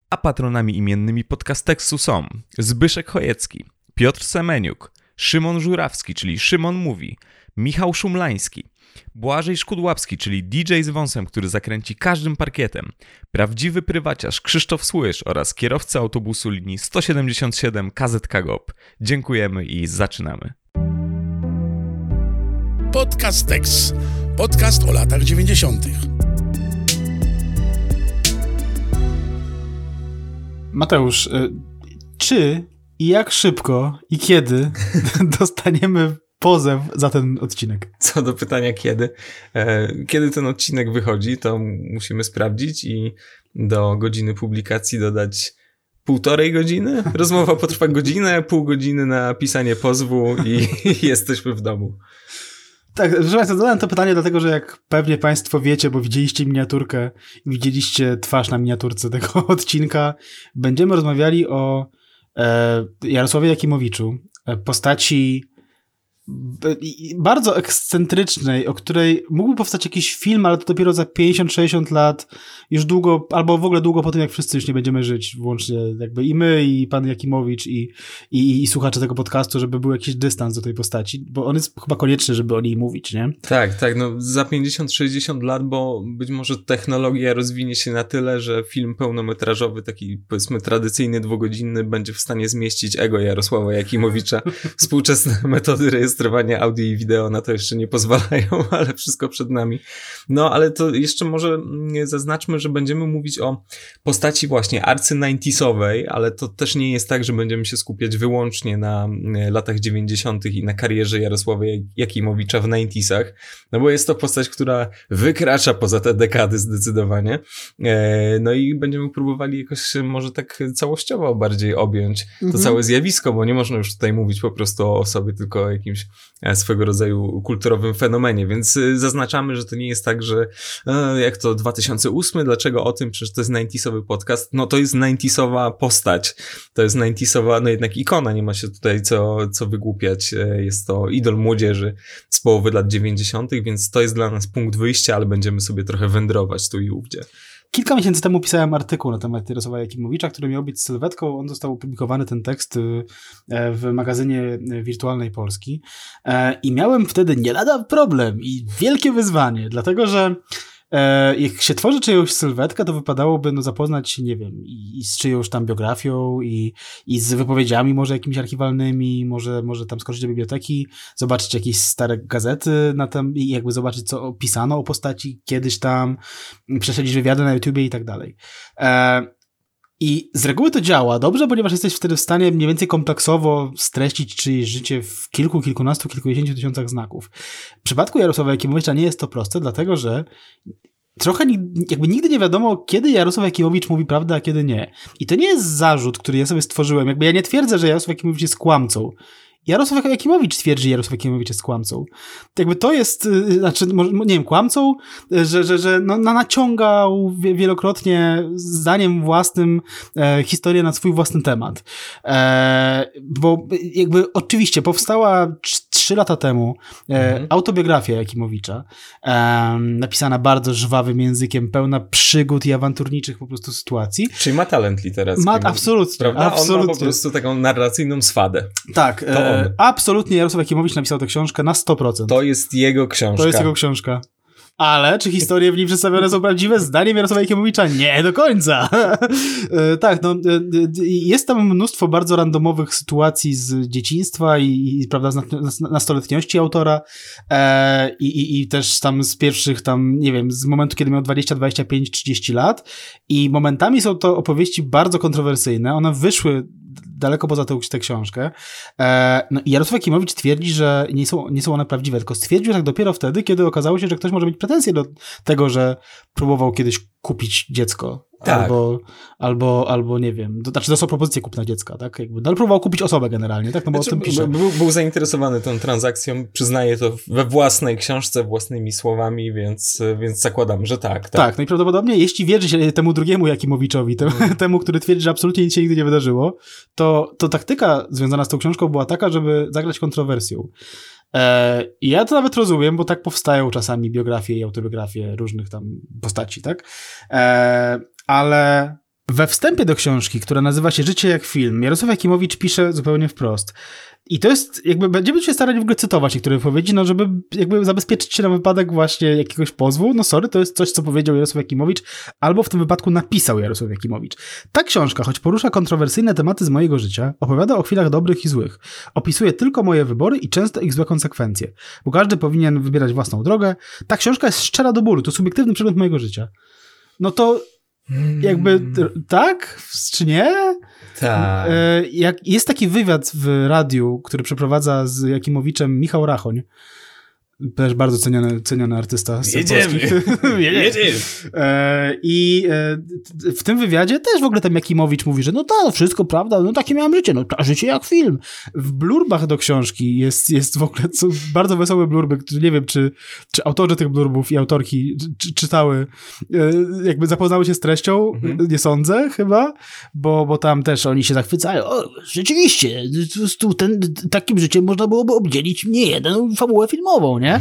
a patronami imiennymi Podcasteksu są Zbyszek Chojecki, Piotr Semeniuk, Szymon Żurawski, czyli Szymon Mówi, Michał Szumlański, Błażej Szkudłapski, czyli DJ z wąsem, który zakręci każdym parkietem, prawdziwy prywaciarz Krzysztof Słysz oraz kierowca autobusu linii 177 KZK GOP. Dziękujemy i zaczynamy. Podcasteks. Podcast o latach 90. Mateusz, czy i jak szybko i kiedy dostaniemy pozew za ten odcinek? Co do pytania kiedy ten odcinek wychodzi, to musimy sprawdzić i do godziny publikacji dodać 1,5 godziny. Rozmowa potrwa godzinę, pół godziny na pisanie pozwu i jesteśmy w domu. Tak, proszę Państwa, zadałem to pytanie dlatego, że jak pewnie Państwo wiecie, bo widzieliście miniaturkę, widzieliście twarz na miniaturce tego odcinka, będziemy rozmawiali o Jarosławie Jakimowiczu, postaci bardzo ekscentrycznej, o której mógłby powstać jakiś film, ale to dopiero za 50-60 lat, już długo, albo w ogóle długo po tym, jak wszyscy już nie będziemy żyć, włącznie jakby i my, i pan Jakimowicz, i słuchacze tego podcastu, żeby był jakiś dystans do tej postaci, bo on jest chyba konieczny, żeby o niej mówić, nie? Tak, no za 50-60 lat, bo być może technologia rozwinie się na tyle, że film pełnometrażowy, taki powiedzmy tradycyjny, 2-godzinny, będzie w stanie zmieścić ego Jarosława Jakimowicza. Współczesne metody rejestrowania audio i wideo na to jeszcze nie pozwalają, ale wszystko przed nami. No, ale to jeszcze może zaznaczmy, że będziemy mówić o postaci właśnie arcy-90sowej, ale to też nie jest tak, że będziemy się skupiać wyłącznie na latach 90. i na karierze Jarosława Jakimowicza w 90sach, no bo jest to postać, która wykracza poza te dekady zdecydowanie. No i będziemy próbowali jakoś może tak całościowo bardziej objąć to całe zjawisko, bo nie można już tutaj mówić po prostu o osobie, tylko o jakimś swego rodzaju kulturowym fenomenie, więc zaznaczamy, że to nie jest tak, że jak to 2008, dlaczego o tym, przecież to jest 90sowy podcast, no to jest 90sowa postać, to jest 90sowa, no jednak ikona, nie ma się tutaj co wygłupiać, jest to idol młodzieży z połowy lat 90., więc to jest dla nas punkt wyjścia, ale będziemy sobie trochę wędrować tu i ówdzie. Kilka miesięcy temu pisałem artykuł na temat Jarosława Jakimowicza, który miał być sylwetką. On został opublikowany, ten tekst, w magazynie Wirtualnej Polski. I miałem wtedy nie lada problem i wielkie wyzwanie, dlatego że jak się tworzy czyjąś sylwetkę, to wypadałoby zapoznać się, nie wiem, i z czyjąś tam biografią, i z wypowiedziami może jakimiś archiwalnymi, może tam skoczyć do biblioteki, zobaczyć jakieś stare gazety i jakby zobaczyć, co pisano o postaci kiedyś tam, prześledzić wywiady na YouTubie i tak dalej. I z reguły to działa dobrze, ponieważ jesteś wtedy w stanie mniej więcej kompleksowo streścić czyjeś życie w kilkunastu, kilkudziesięciu tysiącach znaków. W przypadku Jarosława Jakimowicza nie jest to proste, dlatego że trochę jakby nigdy nie wiadomo, kiedy Jarosław Jakimowicz mówi prawdę, a kiedy nie. I to nie jest zarzut, który ja sobie stworzyłem. Jakby ja nie twierdzę, że Jarosław Jakimowicz jest kłamcą. Jarosław Jakimowicz twierdzi, że Jarosław Jakimowicz jest kłamcą. Jakby to jest, znaczy, nie wiem, kłamcą, że naciągał wielokrotnie zdaniem własnym historię na swój własny temat. Bo jakby oczywiście powstała 3 lata temu autobiografia Jakimowicza, napisana bardzo żwawym językiem, pełna przygód i awanturniczych po prostu sytuacji. Czyli ma talent literacki. Absolutnie. Prawda? Absolutnie. On ma po prostu taką narracyjną swadę. Tak. Absolutnie Jarosław Jakimowicz napisał tę książkę na 100%. To jest jego książka. To jest jego książka. Ale czy historie w niej przedstawione są prawdziwe? Zdaniem Jarosława Jakimowicza nie do końca. Tak, no jest tam mnóstwo bardzo randomowych sytuacji z dzieciństwa i prawda, z nastoletniości autora i też tam z pierwszych tam, nie wiem, z momentu, kiedy miał 20, 25, 30 lat i momentami są to opowieści bardzo kontrowersyjne. One wyszły daleko poza tę książkę. No i Jarosław Jakimowicz twierdzi, że nie są one prawdziwe, tylko stwierdził tak dopiero wtedy, kiedy okazało się, że ktoś może mieć pretensje do tego, że próbował kiedyś kupić dziecko. Tak. Albo nie wiem, znaczy dostał propozycję kupna dziecka, tak? Jakby, ale próbował kupić osobę generalnie, tak? No bo znaczy, o tym pisze. Był zainteresowany tą transakcją, przyznaje to we własnej książce, własnymi słowami, więc zakładam, że tak. Tak, no i prawdopodobnie jeśli wierzy się temu drugiemu Jakimowiczowi, temu, który twierdzi, że absolutnie nic się nigdy nie wydarzyło, to taktyka związana z tą książką była taka, żeby zagrać kontrowersją. Ja to nawet rozumiem, bo tak powstają czasami biografie i autobiografie różnych tam postaci, tak? Ale We wstępie do książki, która nazywa się Życie jak film, Jarosław Jakimowicz pisze zupełnie wprost. I to jest, jakby będziemy się starali w ogóle cytować niektóre wypowiedzi, no żeby jakby zabezpieczyć się na wypadek właśnie jakiegoś pozwu. No sorry, to jest coś, co powiedział Jarosław Jakimowicz, albo w tym wypadku napisał Jarosław Jakimowicz. Ta książka, choć porusza kontrowersyjne tematy z mojego życia, opowiada o chwilach dobrych i złych. Opisuje tylko moje wybory i często ich złe konsekwencje. Bo każdy powinien wybierać własną drogę. Ta książka jest szczera do bólu, to subiektywny przedmiot mojego życia. No to jakby tak? Czy nie? Tak. Jest taki wywiad w radiu, który przeprowadza z Jakimowiczem Michał Rachoń. Też bardzo ceniony artysta. Jedziemy. I w tym wywiadzie też w ogóle tam Jakimowicz mówi, że no to wszystko prawda, no takie miałem życie, no to życie jak film. W blurbach do książki jest w ogóle bardzo wesołe blurby, które nie wiem, czy autorzy tych blurbów i autorki czytały, jakby zapoznały się z treścią, nie sądzę chyba, bo tam też oni się zachwycają. O, rzeczywiście, takim życiem można byłoby obdzielić nie jeden fabułę filmową, nie?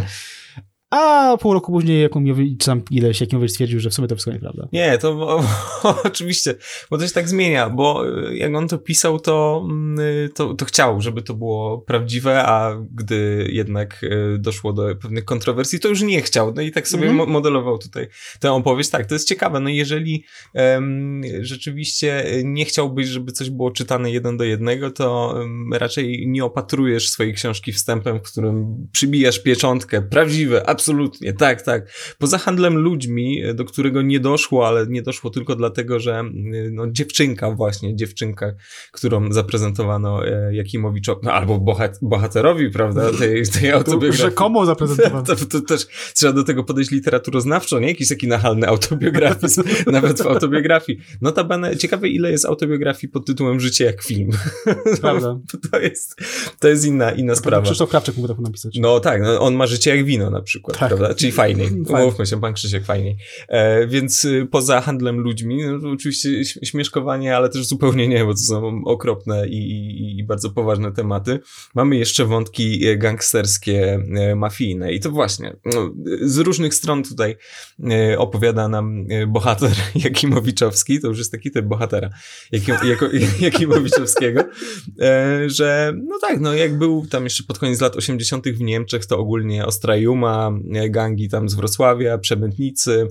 A pół roku później Jakimowicz stwierdził, że w sumie to wszystko nieprawda. Nie, to oczywiście, bo to się tak zmienia, bo jak on to pisał, to chciał, żeby to było prawdziwe, a gdy jednak doszło do pewnych kontrowersji, to już nie chciał. No i tak sobie modelował tutaj tę opowieść. Tak, to jest ciekawe. No jeżeli rzeczywiście nie chciałbyś, żeby coś było czytane 1:1, to raczej nie opatrujesz swojej książki wstępem, w którym przybijasz pieczątkę. Prawdziwe, absolutnie, tak. Poza handlem ludźmi, do którego nie doszło, ale nie doszło tylko dlatego, że no, dziewczynka, którą zaprezentowano Jakimowiczowi, no, albo bohaterowi, prawda, tej autobiografii. Rzekomo zaprezentowano. To też trzeba do tego podejść literaturoznawczo, nie jakiś taki nachalny autobiografizm, nawet w autobiografii. Notabene, ciekawe ile jest autobiografii pod tytułem Życie jak film. Prawda. To jest inna sprawa. Krzysztof Krawczyk mógł tak napisać. No tak, no, on ma życie jak wino na przykład, tak. Prawda? Czyli fajniej. Umówmy się, pan Krzysiek fajniej. Więc poza handlem ludźmi, no, to oczywiście śmieszkowanie, ale też zupełnie nie, bo to są okropne i bardzo poważne tematy. Mamy jeszcze wątki gangsterskie, mafijne i to właśnie no, z różnych stron tutaj opowiada nam bohater Jakimowiczowski, to już jest taki typ bohatera Jakimowiczowskiego, że no tak, no jak był tam jeszcze pod koniec lat 80. w Niemczech, to ogólnie Ostra Juma, gangi tam z Wrocławia, przemytnicy,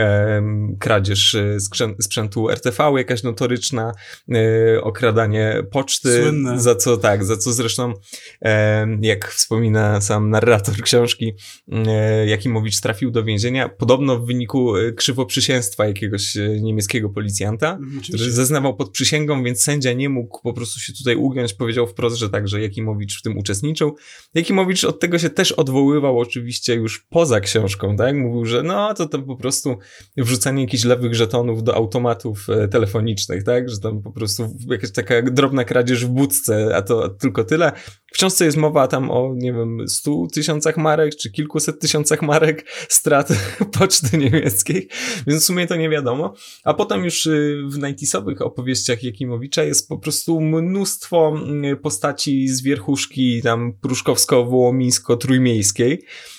kradzież sprzętu RTV, jakaś notoryczna, okradanie poczty, słynne. za co zresztą, jak wspomina sam narrator książki, Jakimowicz trafił do więzienia, podobno w wyniku krzywoprzysięstwa jakiegoś niemieckiego policjanta, który zeznawał pod przysięgą, więc sędzia nie mógł po prostu się tutaj ugiąć, powiedział wprost, że tak, że Jakimowicz w tym uczestniczył. Jakimowicz od tego się też odwoływał, oczywiście już poza książką, tak? Mówił, że no to tam po prostu wrzucanie jakichś lewych żetonów do automatów telefonicznych, tak? Że tam po prostu jakaś taka drobna kradzież w budce, a to tylko tyle. W książce jest mowa tam o, nie wiem, 100 000 marek, czy kilkuset tysiącach marek strat poczty niemieckiej, więc w sumie to nie wiadomo. A potem już w 90sowych opowieściach Jakimowicza jest po prostu mnóstwo postaci z wierchuszki tam pruszkowsko-wołomińsko-trójmiejskiej.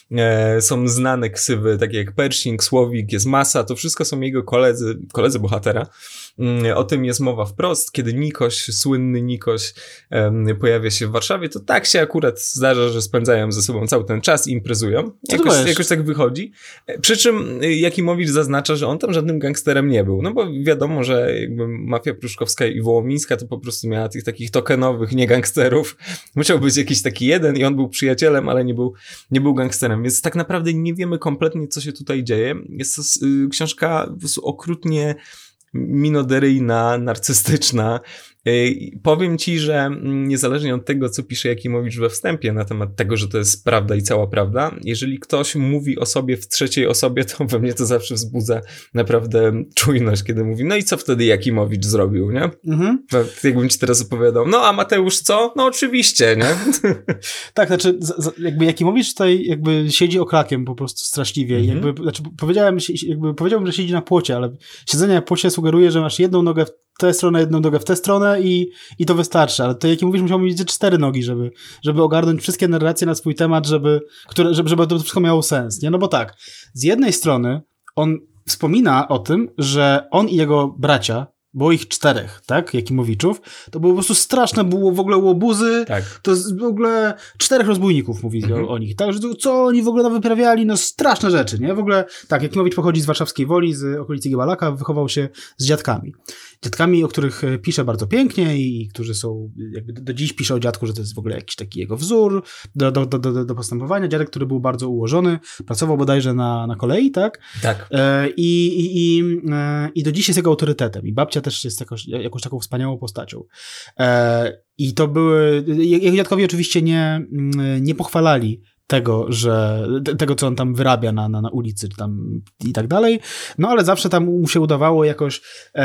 Są znane ksywy, takie jak Pershing, Słowik, jest masa, to wszystko są jego koledzy bohatera. O tym jest mowa wprost, kiedy Nikoś, słynny Nikoś pojawia się w Warszawie, to tak się akurat zdarza, że spędzają ze sobą cały ten czas i imprezują. Jakoś tak wychodzi. Przy czym Jakimowicz zaznacza, że on tam żadnym gangsterem nie był. No bo wiadomo, że jakby mafia pruszkowska i wołomińska to po prostu miała tych takich tokenowych niegangsterów. Musiał być jakiś taki jeden i on był przyjacielem, ale nie był gangsterem. Więc tak naprawdę nie wiemy kompletnie, co się tutaj dzieje. Jest to książka po prostu okrutnie minoderyjna, narcystyczna. Powiem ci, że niezależnie od tego, co pisze Jakimowicz we wstępie na temat tego, że to jest prawda i cała prawda, jeżeli ktoś mówi o sobie w trzeciej osobie, to we mnie to zawsze wzbudza naprawdę czujność, kiedy mówi, no i co wtedy Jakimowicz zrobił, nie? Jakbym ci teraz opowiadał, no a Mateusz co? No oczywiście, nie? Tak, znaczy jakby Jakimowicz tutaj jakby siedzi okrakiem po prostu straszliwie. Znaczy powiedziałbym, że siedzi na płocie, ale siedzenie na płocie sugeruje, że masz jedną nogę w tę stronę, jedną nogę w tę stronę i to wystarczy, ale to Jakimowicz musiał mieć 4 nogi, żeby ogarnąć wszystkie narracje na swój temat, żeby to wszystko miało sens, nie? No bo z jednej strony on wspomina o tym, że on i jego bracia, było ich 4, tak, Jakimowiczów, to było po prostu straszne, było w ogóle łobuzy, Tak. to w ogóle 4 rozbójników mówili o nich, tak, że co oni w ogóle wyprawiali, no straszne rzeczy, nie, w ogóle, tak, Jakimowicz pochodzi z Warszawskiej Woli, z okolicy Giebalaka, wychował się z dziadkami, o których pisze bardzo pięknie i którzy są, jakby do dziś pisze o dziadku, że to jest w ogóle jakiś taki jego wzór do postępowania, dziadek, który był bardzo ułożony, pracował bodajże na kolei, tak? Tak. I do dziś jest jego autorytetem i babcia też jest jakąś taką wspaniałą postacią. I to były, jego dziadkowie oczywiście nie pochwalali tego, co on tam wyrabia na ulicy, czy tam i tak dalej, no ale zawsze tam mu się udawało jakoś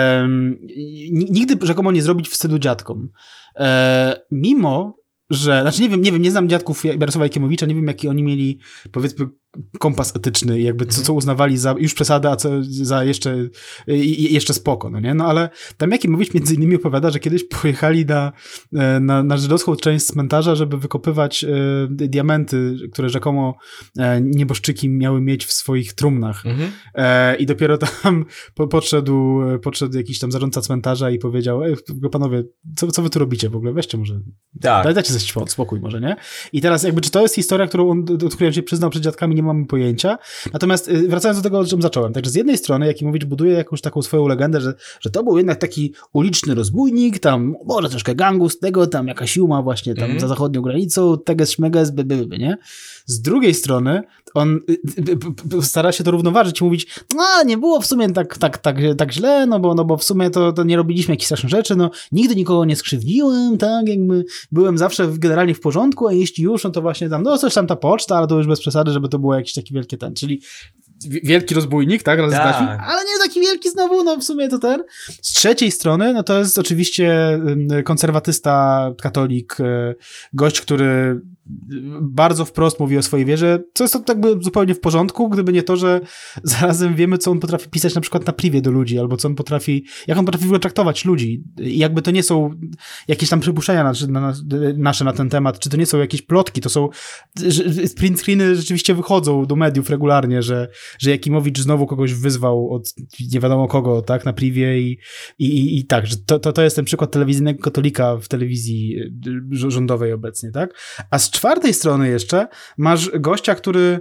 nigdy rzekomo nie zrobić wstydu dziadkom. Mimo, że, znaczy nie wiem, nie znam dziadków Jarosława Jakimowicza, nie wiem, jaki oni mieli, powiedzmy, kompas etyczny, jakby co uznawali za już przesadę, a co za jeszcze spoko, no nie? No ale tam Jakimowicz między innymi opowiada, że kiedyś pojechali na żydowską część cmentarza, żeby wykopywać diamenty, które rzekomo nieboszczyki miały mieć w swoich trumnach. I dopiero tam podszedł jakiś tam zarządca cmentarza i powiedział, panowie, co wy tu robicie w ogóle? Weźcie może, dajcie sobie spokój może, nie? I teraz jakby, czy to jest historia, do której się przyznał przed dziadkami, nie mamy pojęcia. Natomiast wracając do tego, o czym zacząłem. Także z jednej strony Jakimowicz buduje jakąś taką swoją legendę, że to był jednak taki uliczny rozbójnik, tam może troszkę gangu z tego, tam jakaś juma właśnie tam za zachodnią granicą, teges, szmeges, nie? Z drugiej strony on stara się to równoważyć i mówić, no nie było w sumie tak źle, no bo w sumie to nie robiliśmy jakichś strasznych rzeczy, no nigdy nikogo nie skrzywdziłem, tak, jakby byłem zawsze generalnie w porządku, a jeśli już, no to właśnie tam, no coś tam ta poczta, ale to już bez przesady, żeby to było jakiś taki wielki czyli wielki rozbójnik, tak, razem z braćmi, ale nie taki wielki znowu, no w sumie to ten. Z trzeciej strony, no to jest oczywiście konserwatysta, katolik, gość, który bardzo wprost mówi o swojej wierze, co jest to jakby zupełnie w porządku, gdyby nie to, że zarazem wiemy, co on potrafi pisać na przykład na privie do ludzi, albo co on potrafi, jak on potrafi w ogóle traktować ludzi. I jakby to nie są jakieś tam przypuszczenia nasze na ten temat, czy to nie są jakieś plotki, to są print screeny rzeczywiście wychodzą do mediów regularnie, że Jakimowicz znowu kogoś wyzwał od nie wiadomo kogo, tak, na privie i tak, że to jest ten przykład telewizyjnego katolika w telewizji rządowej obecnie, tak? A z czwartej strony jeszcze masz gościa, który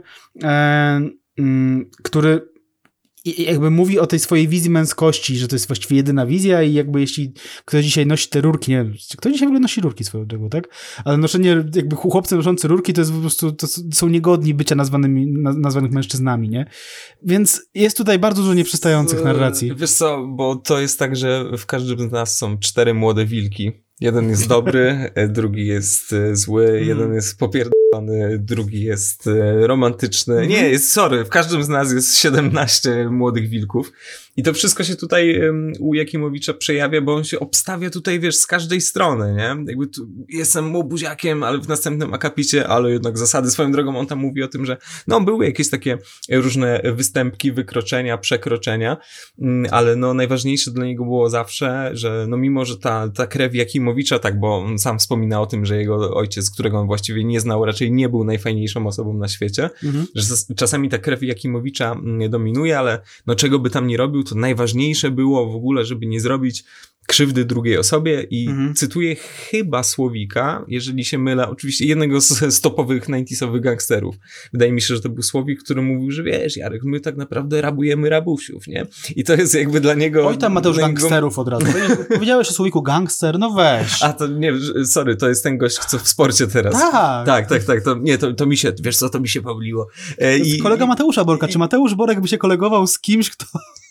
jakby mówi o tej swojej wizji męskości, że to jest właściwie jedyna wizja i jakby jeśli ktoś dzisiaj nosi te rurki, nie wiem, kto dzisiaj w ogóle nosi rurki swoją drogą, tak? Ale noszenie, jakby chłopcy noszący rurki to jest po prostu, to są niegodni bycia nazwanych mężczyznami, nie? Więc jest tutaj bardzo dużo nieprzystających narracji. Wiesz co, bo to jest tak, że w każdym z nas są 4 młode wilki. Jeden jest dobry, drugi jest zły, jeden jest popierdolony, drugi jest romantyczny. Nie, w każdym z nas jest 17 młodych wilków. I to wszystko się tutaj u Jakimowicza przejawia, bo on się obstawia tutaj, wiesz, z każdej strony, nie? Jakby tu jestem łobuziakiem, ale w następnym akapicie, ale jednak zasady. Swoją drogą on tam mówi o tym, że no były jakieś takie różne występki, wykroczenia, przekroczenia, ale no najważniejsze dla niego było zawsze, że no mimo, że ta krew Jakimowicza, tak, bo on sam wspomina o tym, że jego ojciec, którego on właściwie nie znał, raczej nie był najfajniejszą osobą na świecie, że czasami ta krew Jakimowicza dominuje, ale no czego by tam nie robił, to najważniejsze było w ogóle, żeby nie zrobić krzywdy drugiej osobie i cytuję chyba Słowika, jeżeli się mylę, oczywiście jednego z topowych 90sowych gangsterów. Wydaje mi się, że to był Słowik, który mówił, że wiesz, Jarek, my tak naprawdę rabujemy rabusiów, nie? I to jest jakby dla niego... Oj, tam Mateusz gangsterów od razu. Powiedziałeś o Słowiku gangster, no weź. A to nie, sorry, to jest ten gość, co w sporcie teraz. Tak. To mi się, wiesz co, to mi się pomyliło. Kolega Mateusza Borka. Czy Mateusz Borek by się kolegował z kimś, kto...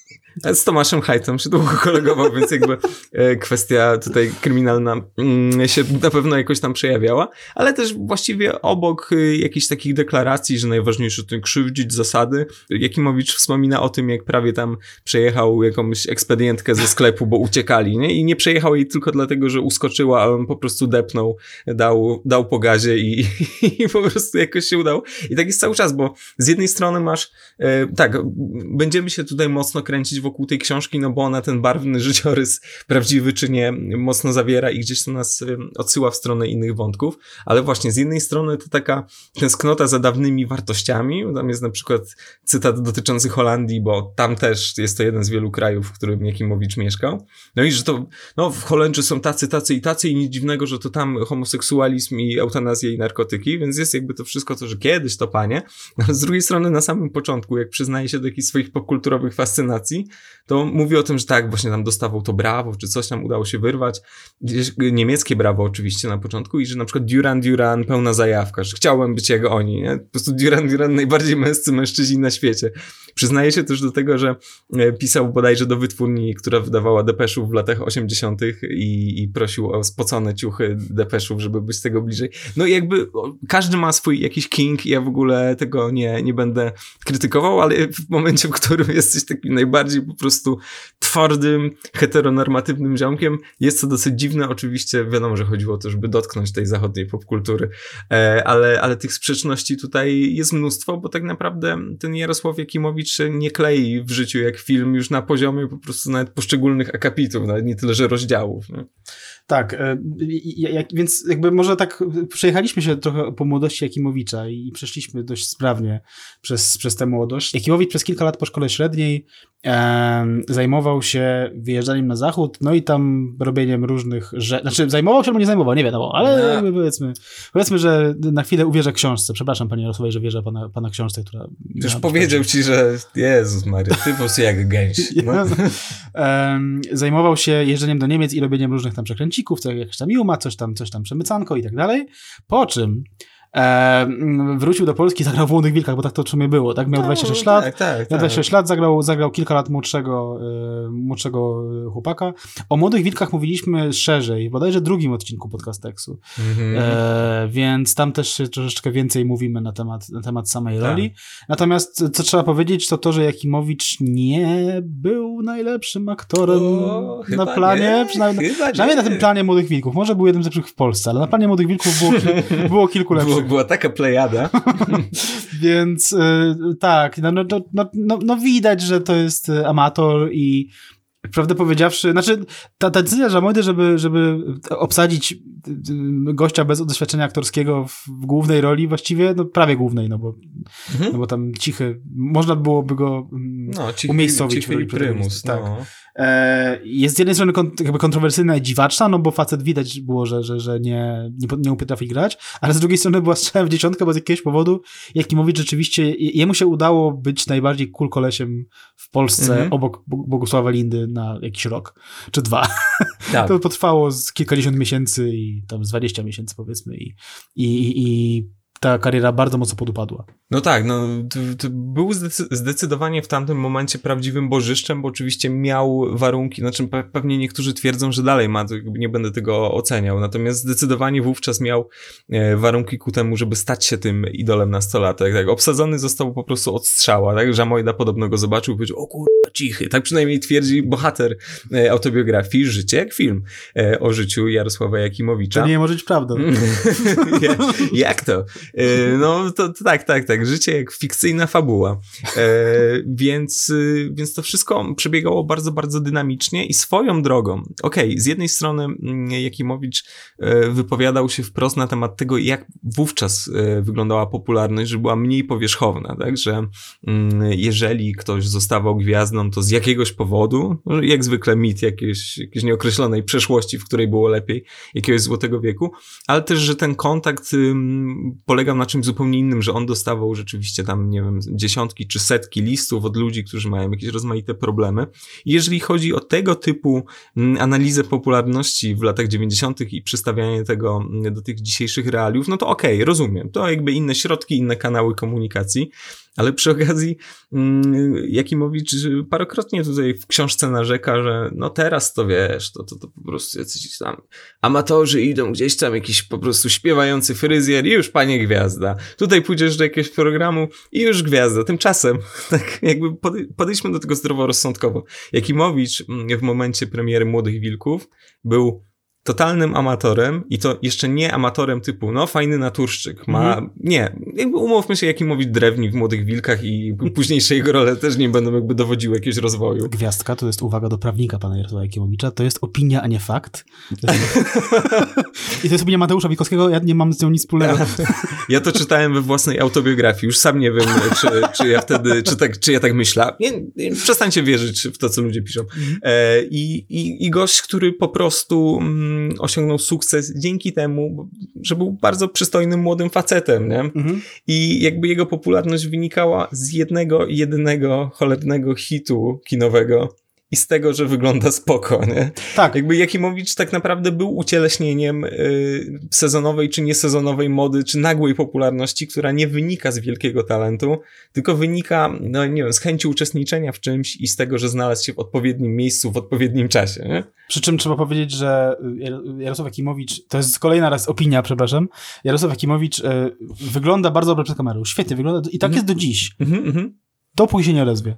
Z Tomaszem Hajtą się długo kolegował, więc jakby kwestia tutaj kryminalna się na pewno jakoś tam przejawiała, ale też właściwie obok jakichś takich deklaracji, że najważniejsze to krzywdzić zasady. Jakimowicz wspomina o tym, jak prawie tam przejechał jakąś ekspedientkę ze sklepu, bo uciekali, nie? I nie przejechał jej tylko dlatego, że uskoczyła, ale on po prostu depnął, dał po gazie i po prostu jakoś się udało. I tak jest cały czas, bo z jednej strony masz, tak, będziemy się tutaj mocno kręcić wokół tej książki, no bo ona ten barwny życiorys prawdziwy czy nie mocno zawiera i gdzieś to nas odsyła w stronę innych wątków, ale właśnie z jednej strony to taka tęsknota za dawnymi wartościami, tam jest na przykład cytat dotyczący Holandii, bo tam też jest to jeden z wielu krajów, w którym Jakimowicz mieszkał, no i że to, no w Holendrzy są tacy i nic dziwnego, że to tam homoseksualizm i eutanazja i narkotyki, więc jest jakby to wszystko to, że kiedyś to panie, ale z drugiej strony na samym początku, jak przyznaje się do jakichś swoich popkulturowych fascynacji, to mówi o tym, że tak, właśnie tam dostawał to brawo, czy coś tam udało się wyrwać, niemieckie brawo oczywiście na początku i że na przykład Duran, pełna zajawka, że chciałbym być jak oni, nie? Po prostu Duran najbardziej męscy mężczyźni na świecie. Przyznaje się też do tego, że pisał bodajże do wytwórni, która wydawała depeszów w latach 80. i prosił o spocone ciuchy depeszów, żeby być tego bliżej. No i jakby każdy ma swój jakiś king i ja w ogóle tego nie będę krytykował, ale w momencie, w którym jesteś takim najbardziej po prostu twardym, heteronormatywnym ziomkiem, jest to dosyć dziwne. Oczywiście wiadomo, że chodziło o to, żeby dotknąć tej zachodniej popkultury, ale tych sprzeczności tutaj jest mnóstwo, bo tak naprawdę ten Jarosław Jakimowicz nie klei w życiu jak film już na poziomie po prostu nawet poszczególnych akapitów, nawet nie tyle, że rozdziałów. Nie? Tak, więc jakby może tak przejechaliśmy się trochę po młodości Jakimowicza i przeszliśmy dość sprawnie przez tę młodość. Jakimowicz przez kilka lat po szkole średniej zajmował się wyjeżdżaniem na zachód, no i tam robieniem różnych rzeczy. Znaczy zajmował się albo nie zajmował, nie wiadomo, ale powiedzmy, że na chwilę uwierzę książce. Przepraszam, panie Jarosławie, że wierzę pana książce, która... Już powiedział ci, że Jezus Maria, ty po prostu jak gęś. No. Zajmował się jeżdżeniem do Niemiec i robieniem różnych tam przekręcików, co jakieś tam Juma, coś tam przemycanko i tak dalej. Po czym wrócił do Polski, zagrał w Młodych Wilkach, bo tak to w sumie było, tak? Miał 26 lat. Tak. Miał 26 lat, zagrał kilka lat młodszego chłopaka. O Młodych Wilkach mówiliśmy szerzej, bodajże w drugim odcinku Podcasteksu. Więc tam też troszeczkę więcej mówimy na temat samej roli. Natomiast co trzeba powiedzieć, to że Jakimowicz nie był najlepszym aktorem na planie, przynajmniej na tym planie Młodych Wilków. Może był jednym z lepszych w Polsce, ale na planie Młodych Wilków było kilku lepszych. Była taka plejada. Więc tak, no widać, że to jest amator i prawdę powiedziawszy, znaczy ta decyzja Żamojdy, żeby obsadzić gościa bez doświadczenia aktorskiego w głównej roli, właściwie no prawie głównej, no bo tam Cichy, można byłoby go umiejscowić w roli prymus, tak. Jest z jednej strony jakby kontrowersyjna i dziwaczna, no bo facet widać było, że nie potrafi grać, ale z drugiej strony była strzałem w dziesiątkę, bo z jakiegoś powodu Jakimowicz rzeczywiście, jemu się udało być najbardziej cool kolesiem w Polsce obok Bogusława Lindy na jakiś rok, czy 2. Tak. To potrwało z kilkadziesiąt miesięcy i tam z 20 miesięcy powiedzmy i ta kariera bardzo mocno podupadła. No tak, to był zdecydowanie w tamtym momencie prawdziwym bożyszczem, bo oczywiście miał warunki, znaczy pewnie niektórzy twierdzą, że dalej ma, to nie będę tego oceniał, natomiast zdecydowanie wówczas miał warunki ku temu, żeby stać się tym idolem nastolatek. Tak, obsadzony został po prostu od strzała, tak? Żamojda podobno go zobaczył i powiedział, o kurwa, Cichy, tak przynajmniej twierdzi bohater autobiografii Życie jak film o życiu Jarosława Jakimowicza. To nie może być prawdą. Jak to? No to tak. Życie jak fikcyjna fabuła. Więc to wszystko przebiegało bardzo, bardzo dynamicznie i swoją drogą. Okej, z jednej strony Jakimowicz wypowiadał się wprost na temat tego, jak wówczas wyglądała popularność, że była mniej powierzchowna, tak, że jeżeli ktoś zostawał gwiazdą, to z jakiegoś powodu, jak zwykle mit jakiejś nieokreślonej przeszłości, w której było lepiej, jakiegoś złotego wieku, ale też, że ten kontakt polegał na czymś zupełnie innym, że on dostawał rzeczywiście tam, nie wiem, dziesiątki czy setki listów od ludzi, którzy mają jakieś rozmaite problemy. I jeżeli chodzi o tego typu analizę popularności w latach 90. i przystawianie tego do tych dzisiejszych realiów, no to okej, rozumiem. To jakby inne środki, inne kanały komunikacji. Ale przy okazji Jakimowicz parokrotnie tutaj w książce narzeka, że no teraz to wiesz, to po prostu jacyś tam amatorzy idą gdzieś tam, jakiś po prostu śpiewający fryzjer i już panie gwiazda. Tutaj pójdziesz do jakiegoś programu i już gwiazda. Tymczasem tak jakby podejdźmy do tego zdroworozsądkowo. Jakimowicz w momencie premiery Młodych Wilków był totalnym amatorem i to jeszcze nie amatorem typu, no fajny naturszczyk, nie, jakby umówmy się, Jakimowicz drewni w Młodych Wilkach i późniejsze jego role też nie będą jakby dowodziły jakiegoś rozwoju. Gwiazdka, to jest uwaga do prawnika pana Jarosława Jakimowicza, to jest opinia, a nie fakt. I to jest opinia Mateusza Wikowskiego, ja nie mam z nią nic wspólnego. Ja to czytałem we własnej autobiografii, już sam nie wiem, czy ja wtedy, czy ja tak myślę. Przestańcie wierzyć w to, co ludzie piszą. I gość, który po prostu osiągnął sukces dzięki temu, że był bardzo przystojnym młodym facetem, nie? I jakby jego popularność wynikała z jedynego cholernego hitu kinowego i z tego, że wygląda spoko, nie? Tak. Jakby Jakimowicz tak naprawdę był ucieleśnieniem sezonowej czy niesezonowej mody, czy nagłej popularności, która nie wynika z wielkiego talentu, tylko wynika, no nie wiem, z chęci uczestniczenia w czymś i z tego, że znalazł się w odpowiednim miejscu, w odpowiednim czasie, nie? Przy czym trzeba powiedzieć, że Jarosław Jakimowicz, to jest kolejna raz opinia, przepraszam, Jarosław Jakimowicz wygląda bardzo dobrze przed kamerą, świetnie wygląda i tak jest do dziś. Dopóki się nie odezwie.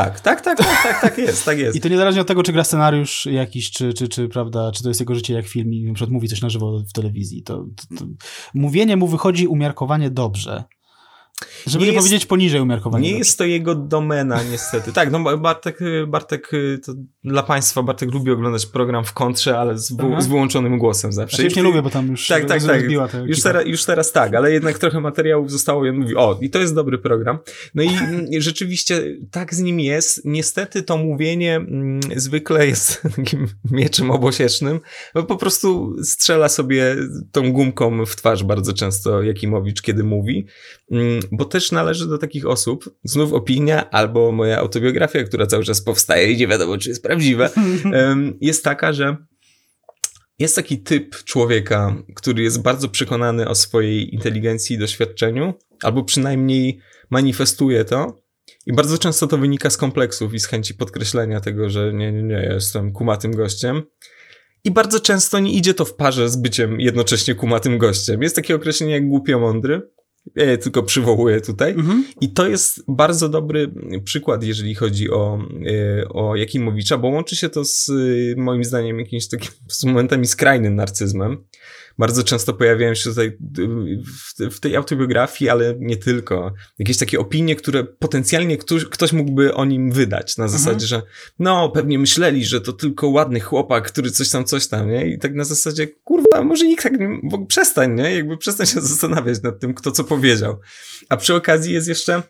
Tak jest. I to niezależnie od tego, czy gra scenariusz jakiś, czy prawda, czy to jest jego życie jak film i na przykład mówi coś na żywo w telewizji. To mówienie mu wychodzi umiarkowanie dobrze. Żeby nie powiedzieć poniżej umiarkowania. Nie jest to jego domena, niestety. Tak, no Bartek to dla państwa, Bartek lubi oglądać program w kontrze, ale z wyłączonym głosem zawsze. Ja już nie lubię, bo tam już tak. ta Już teraz tak, ale jednak trochę materiałów zostało i on mówi, i to jest dobry program. No i rzeczywiście tak z nim jest. Niestety to mówienie zwykle jest takim mieczem obosiecznym, bo po prostu strzela sobie tą gumką w twarz bardzo często Jakimowicz, kiedy mówi. Bo też należy do takich osób, znów opinia albo moja autobiografia, która cały czas powstaje i nie wiadomo, czy jest prawdziwa, jest taka, że jest taki typ człowieka, który jest bardzo przekonany o swojej inteligencji i doświadczeniu, albo przynajmniej manifestuje to i bardzo często to wynika z kompleksów i z chęci podkreślenia tego, że nie, ja jestem kumatym gościem. I bardzo często nie idzie to w parze z byciem jednocześnie kumatym gościem. Jest takie określenie jak głupio mądry. Ja je tylko przywołuję tutaj. I to jest bardzo dobry przykład, jeżeli chodzi o Jakimowicza, bo łączy się to z moim zdaniem jakimś takim momentami skrajnym narcyzmem. Bardzo często pojawiają się tutaj w tej autobiografii, ale nie tylko. Jakieś takie opinie, które potencjalnie ktoś mógłby o nim wydać. Na zasadzie, że pewnie myśleli, że to tylko ładny chłopak, który coś tam, nie? I tak na zasadzie, kurwa, może nikt tak nie... Przestań, nie? Jakby przestań się zastanawiać nad tym, kto co powiedział. A przy okazji jest jeszcze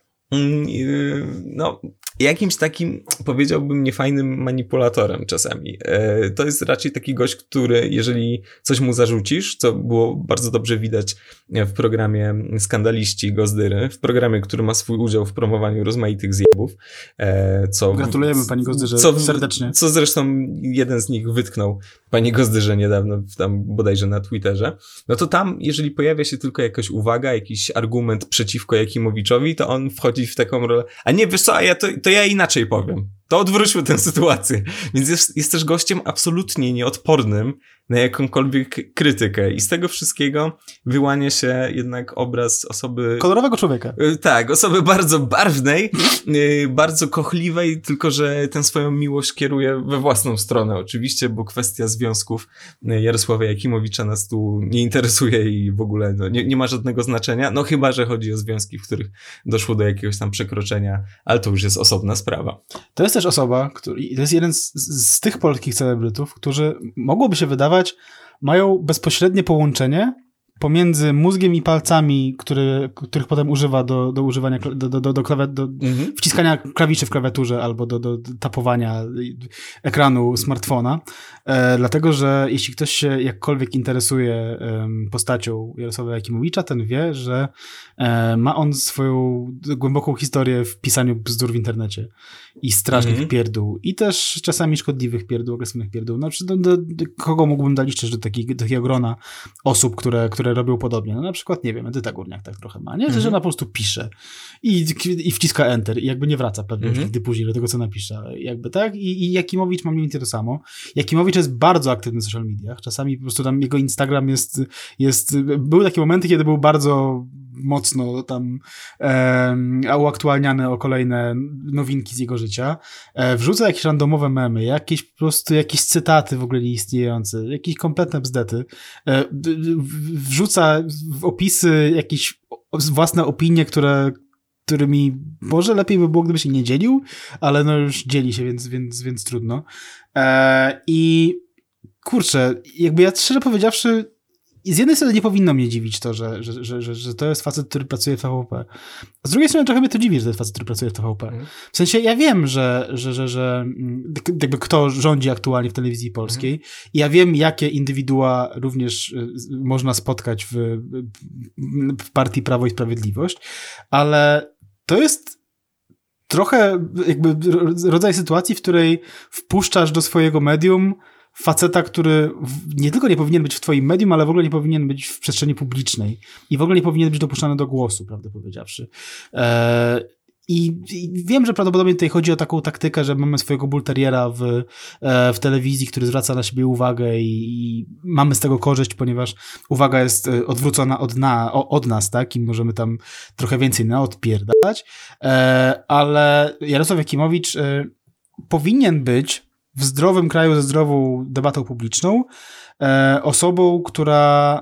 jakimś takim, powiedziałbym, niefajnym manipulatorem czasami. To jest raczej taki gość, który, jeżeli coś mu zarzucisz, co było bardzo dobrze widać w programie Skandaliści Gozdyry, w programie, który ma swój udział w promowaniu rozmaitych zjebów. Gratulujemy pani Gozdyrze serdecznie. Co zresztą jeden z nich wytknął pani Gozdyrze niedawno, tam bodajże na Twitterze. No to tam, jeżeli pojawia się tylko jakaś uwaga, jakiś argument przeciwko Jakimowiczowi, to on wchodzi w taką rolę, a nie, wiesz co, to ja inaczej powiem. To odwróćmy tę sytuację. Więc jest też gościem absolutnie nieodpornym na jakąkolwiek krytykę. I z tego wszystkiego wyłania się jednak obraz osoby... kolorowego człowieka. Tak, osoby bardzo barwnej, bardzo kochliwej, tylko że tę swoją miłość kieruje we własną stronę oczywiście, bo kwestia związków Jarosława Jakimowicza nas tu nie interesuje i w ogóle nie ma żadnego znaczenia. No chyba, że chodzi o związki, w których doszło do jakiegoś tam przekroczenia, ale to już jest osobna sprawa. To jest też osoba, to jest jeden z tych polskich celebrytów, którzy mogłoby się wydawać, mają bezpośrednie połączenie pomiędzy mózgiem i palcami, których potem używa do używania, do wciskania klawiszy w klawiaturze albo do tapowania ekranu smartfona. Dlatego, że jeśli ktoś się jakkolwiek interesuje postacią Jarosława Jakimowicza, ten wie, że ma on swoją głęboką historię w pisaniu bzdur w internecie i strasznych pierdół i też czasami szkodliwych pierdół, agresywnych pierdół. No, kogo mógłbym daliczyć do takiego grona osób, które robią podobnie. No na przykład, nie wiem, Edyta Górniak tak trochę ma, nie? Że ona po prostu pisze i wciska enter i jakby nie wraca pewnie nigdy później do tego, co napisze. Jakby tak? I Jakimowicz ma mniej więcej to samo. Jakimowicz jest bardzo aktywny w social mediach. Czasami po prostu tam jego Instagram były takie momenty, kiedy był bardzo mocno tam uaktualniany o kolejne nowinki z jego życia. Wrzuca jakieś randomowe memy, jakieś po prostu jakieś cytaty w ogóle nieistniejące, jakieś kompletne bzdety. Wrzuca w opisy jakieś własne opinie, którymi może lepiej by było, gdyby się nie dzielił, ale no już dzieli się, więc trudno. I kurczę, jakby ja szczerze powiedziawszy, z jednej strony nie powinno mnie dziwić to, że to jest facet, który pracuje w TVP. A z drugiej strony trochę mnie to dziwi, że to jest facet, który pracuje w TVP. W sensie ja wiem, że jakby kto rządzi aktualnie w telewizji polskiej i ja wiem, jakie indywidua również można spotkać w partii Prawo i Sprawiedliwość, ale to jest trochę jakby rodzaj sytuacji, w której wpuszczasz do swojego medium faceta, który nie tylko nie powinien być w twoim medium, ale w ogóle nie powinien być w przestrzeni publicznej i w ogóle nie powinien być dopuszczany do głosu, prawdę powiedziawszy. I wiem, że prawdopodobnie tutaj chodzi o taką taktykę, że mamy swojego bulteriera w telewizji, który zwraca na siebie uwagę i mamy z tego korzyść, ponieważ uwaga jest odwrócona od nas, tak? I możemy tam trochę więcej naodpierdać. Ale Jarosław Jakimowicz powinien być w zdrowym kraju ze zdrową debatą publiczną osobą, która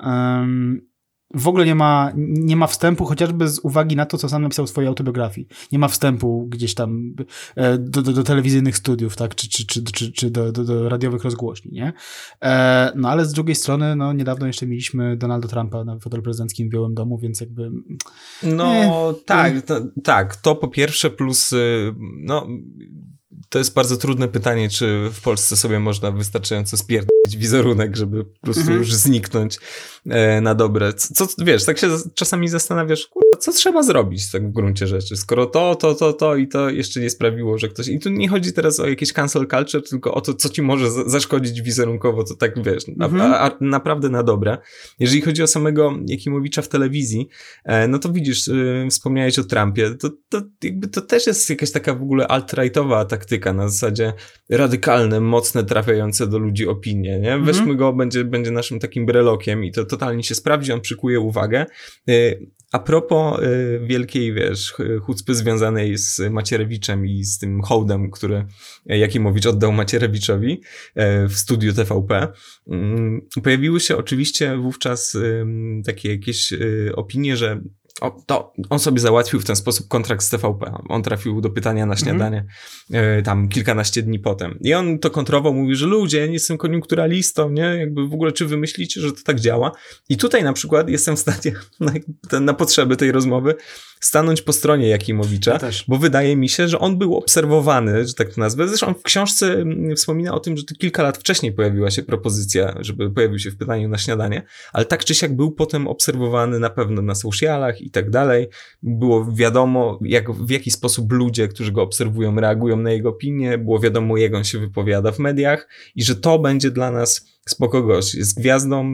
w ogóle nie ma wstępu, chociażby z uwagi na to, co sam napisał w swojej autobiografii. Nie ma wstępu gdzieś tam do telewizyjnych studiów, tak? Czy do radiowych rozgłośni, nie? No ale z drugiej strony, no niedawno jeszcze mieliśmy Donalda Trumpa na fotelu prezydenckim w Białym Domu, więc jakby... No tak, to po pierwsze, plus no... To jest bardzo trudne pytanie, czy w Polsce sobie można wystarczająco spierdolić wizerunek, żeby po prostu już zniknąć na dobre. Wiesz, tak się czasami zastanawiasz, kurwa, co trzeba zrobić tak w gruncie rzeczy, skoro to i to jeszcze nie sprawiło, że ktoś... I tu nie chodzi teraz o jakieś cancel culture, tylko o to, co ci może zaszkodzić wizerunkowo, to tak wiesz, naprawdę na dobre. Jeżeli chodzi o samego Jakimowicza w telewizji, no to widzisz, wspomniałeś o Trumpie, to też jest jakaś taka w ogóle alt-rightowa taktyka, na zasadzie radykalne, mocne, trafiające do ludzi opinie, nie? Weźmy go, będzie naszym takim brelokiem i to totalnie się sprawdzi, on przykuje uwagę. A propos wielkiej, wiesz, chucpy związanej z Macierewiczem i z tym hołdem, który Jakimowicz oddał Macierewiczowi w studiu TVP, pojawiły się oczywiście wówczas takie jakieś opinie, że to on sobie załatwił w ten sposób kontrakt z TVP. On trafił do pytania na śniadanie tam kilkanaście dni potem. I on to kontrował, mówi, że ludzie, ja nie jestem koniunkturalistą, nie? Jakby w ogóle czy wy myślicie, że to tak działa? I tutaj na przykład jestem w stanie na potrzeby tej rozmowy stanąć po stronie Jakimowicza, bo wydaje mi się, że on był obserwowany, że tak to nazwę. Zresztą w książce wspomina o tym, że to kilka lat wcześniej pojawiła się propozycja, żeby pojawił się w pytaniu na śniadanie, ale tak czy siak był potem obserwowany na pewno na socialach i tak dalej. Było wiadomo, w jaki sposób ludzie, którzy go obserwują, reagują na jego opinię, było wiadomo, jak on się wypowiada w mediach i że to będzie dla nas spoko gość. Jest gwiazdą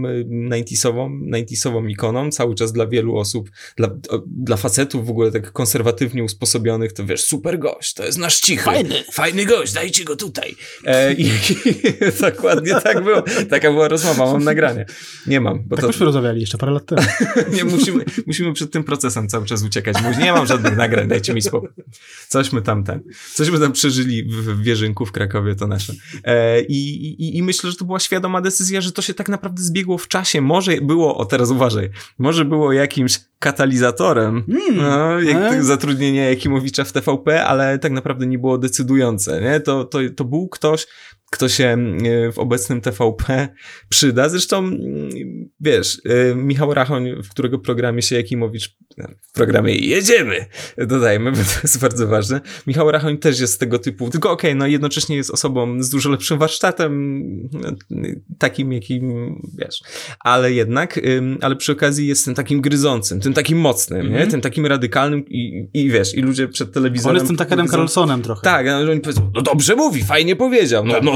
90-sową ikoną, cały czas dla wielu osób, dla facetów w ogóle tak konserwatywnie usposobionych, to wiesz, super gość, to jest nasz cichy. Fajny gość, dajcie go tutaj. I dokładnie tak było. Taka była rozmowa, mam nagranie. Nie mam. Bo tak myśmy rozmawiali jeszcze parę lat temu. Nie, musimy przed tym procesem cały czas uciekać. Nie mam żadnych nagrań, dajcie mi spokój. Coś my tam przeżyli w Wierzynku w Krakowie, to nasze. I myślę, że to była świadoma decyzja, że to się tak naprawdę zbiegło w czasie. Może było, teraz uważaj, może było jakimś katalizatorem zatrudnienia Jakimowicza w TVP, ale tak naprawdę nie było decydujące. Nie? To był ktoś, kto się w obecnym TVP przyda. Zresztą, wiesz, Michał Rachoń, w którego programie się Jakimowicz, w programie Jedziemy, dodajmy, bo to jest bardzo ważne. Michał Rachoń też jest tego typu, tylko no jednocześnie jest osobą z dużo lepszym warsztatem, takim jakim, wiesz, ale jednak, ale przy okazji jest tym takim gryzącym, tym takim mocnym, nie? Tym takim radykalnym i wiesz, i ludzie przed telewizorem... On jest tym Tuckerem Carlsonem trochę. Tak, oni powiedzą, no dobrze mówi, fajnie powiedział, no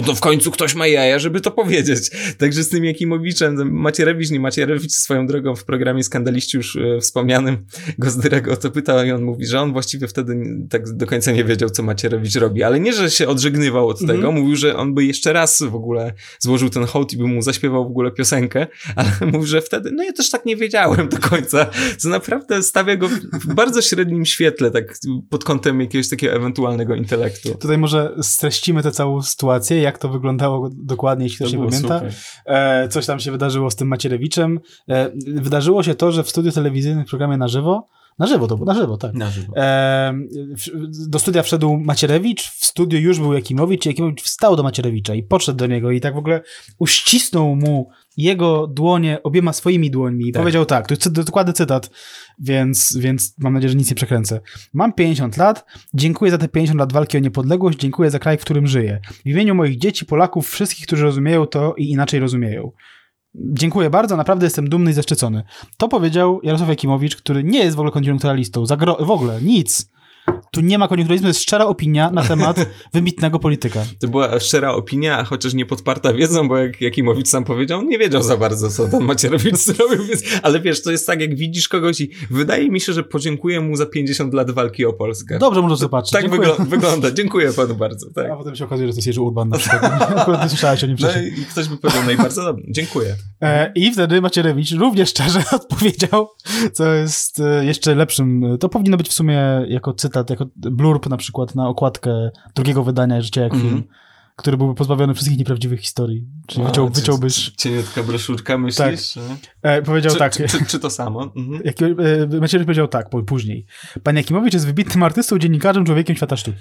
to w końcu ktoś ma jaja, żeby to powiedzieć. Także z tym Jakimowiczem, Macierewicz swoją drogą w programie Skandaliści już wspomnianym Gozdyrego o to pytał i on mówi, że on właściwie wtedy tak do końca nie wiedział, co Macierewicz robi, ale nie, że się odżegnywał od tego, mówił, że on by jeszcze raz w ogóle złożył ten hołd i by mu zaśpiewał w ogóle piosenkę, ale mówił, że wtedy, no ja też tak nie wiedziałem do końca, co naprawdę stawia go w bardzo średnim świetle, tak pod kątem jakiegoś takiego ewentualnego intelektu. Tutaj może streścimy tę całą sytuację, jak to wyglądało dokładnie, jeśli ktoś nie pamięta. Coś tam się wydarzyło z tym Macierewiczem. Wydarzyło się to, że w studiu telewizyjnym w programie Na żywo, tak. Na żywo. Do studia wszedł Macierewicz, w studiu już był Jakimowicz i Jakimowicz wstał do Macierewicza i podszedł do niego i tak w ogóle uścisnął mu jego dłonie obiema swoimi dłońmi i powiedział tak, to jest dokładny cytat, więc mam nadzieję, że nic nie przekręcę. Mam 50 lat, dziękuję za te 50 lat walki o niepodległość, dziękuję za kraj, w którym żyję. W imieniu moich dzieci, Polaków, wszystkich, którzy rozumieją to i inaczej rozumieją. Dziękuję bardzo, naprawdę jestem dumny i zaszczycony. To powiedział Jarosław Jakimowicz, który nie jest w ogóle koniunkturalistą, w ogóle nic. Tu nie ma koniunkturalizmu, to jest szczera opinia na temat wybitnego polityka. To była szczera opinia, a chociaż nie podparta wiedzą, bo jak Jakimowicz sam powiedział, on nie wiedział za bardzo, co ten Macierewicz zrobił, więc, ale wiesz, to jest tak, jak widzisz kogoś i wydaje mi się, że podziękuję mu za 50 lat walki o Polskę. Dobrze, można zobaczyć. Tak wygląda. Dziękuję panu bardzo. Tak. A potem się okazuje, że to jest Jerzy Urban na przykład. Akurat nie słyszałeś o nim wcześniej. No i ktoś by powiedział, no i bardzo dobrze, dziękuję. I wtedy Macierewicz równie szczerze odpowiedział, co jest jeszcze lepszym. To powinno być w sumie jako cytat, jako blurb na przykład na okładkę drugiego wydania Życia jak film, który byłby pozbawiony wszystkich nieprawdziwych historii. Czyli wyciąłbyś... Cieniutka broszurka, myślisz? Tak. Powiedział tak. Czy to samo? Macierewicz powiedział tak, później. Pan Jakimowicz jest wybitnym artystą, dziennikarzem, człowiekiem świata sztuki.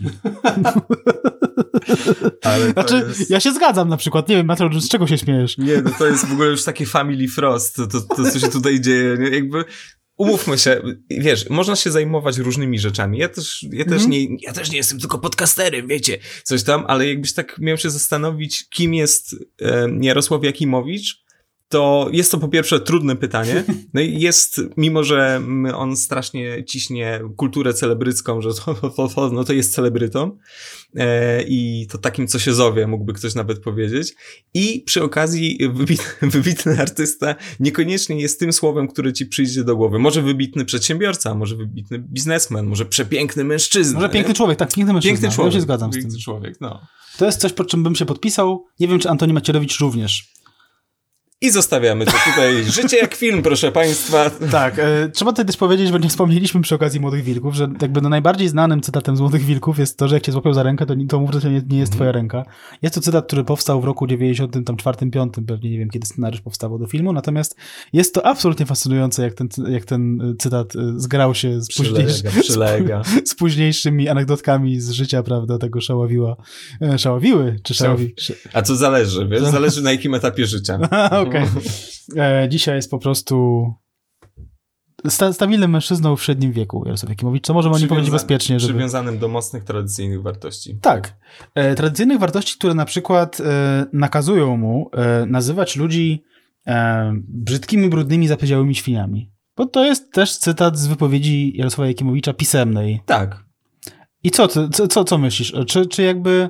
Ale znaczy, ja się zgadzam na przykład. Nie wiem, Mateusz, z czego się śmiejesz? Nie, no to jest w ogóle już takie family frost, to co się tutaj dzieje. Nie? Jakby... Umówmy się, wiesz, można się zajmować różnymi rzeczami. Ja też nie jestem tylko podcasterem, wiecie, coś tam, ale jakbyś tak miał się zastanowić, kim jest Jarosław Jakimowicz, to jest to po pierwsze trudne pytanie. No i jest, mimo że on strasznie ciśnie kulturę celebrycką, że no to jest celebrytą i to takim, co się zowie, mógłby ktoś nawet powiedzieć. I przy okazji wybitny artysta niekoniecznie jest tym słowem, które ci przyjdzie do głowy. Może wybitny przedsiębiorca, może wybitny biznesmen, może przepiękny mężczyzna. Może piękny człowiek, tak, piękny mężczyzna. Piękny człowiek. Ja się zgadzam z tym. Piękny człowiek, no. To jest coś, pod czym bym się podpisał. Nie wiem, czy Antoni Macierewicz również. I zostawiamy to tutaj. Życie jak film, proszę państwa. Tak, trzeba tutaj też powiedzieć, bo nie wspomnieliśmy przy okazji Młodych Wilków, że jakby najbardziej znanym cytatem z Młodych Wilków jest to, że jak cię złapią za rękę, to mów, że to nie jest twoja ręka. Jest to cytat, który powstał w roku 94-5, pewnie nie wiem, kiedy scenariusz powstawał do filmu, natomiast jest to absolutnie fascynujące, jak ten cytat zgrał się z późniejszymi anegdotkami z życia, prawda, tego Szaławiły, czy Szaławi... A co zależy, wiesz? Zależy na jakim etapie życia. Okej. Dzisiaj jest po prostu stabilnym mężczyzną w średnim wieku, Jarosław Jakimowicz, co możemy o nim powiedzieć bezpiecznie. Przywiązanym do mocnych, tradycyjnych wartości. Tak. Tradycyjnych wartości, które na przykład nakazują mu nazywać ludzi brzydkimi, brudnymi, zapiedziałymi świniami. Bo to jest też cytat z wypowiedzi Jarosława Jakimowicza pisemnej. Tak. I co myślisz? Czy jakby...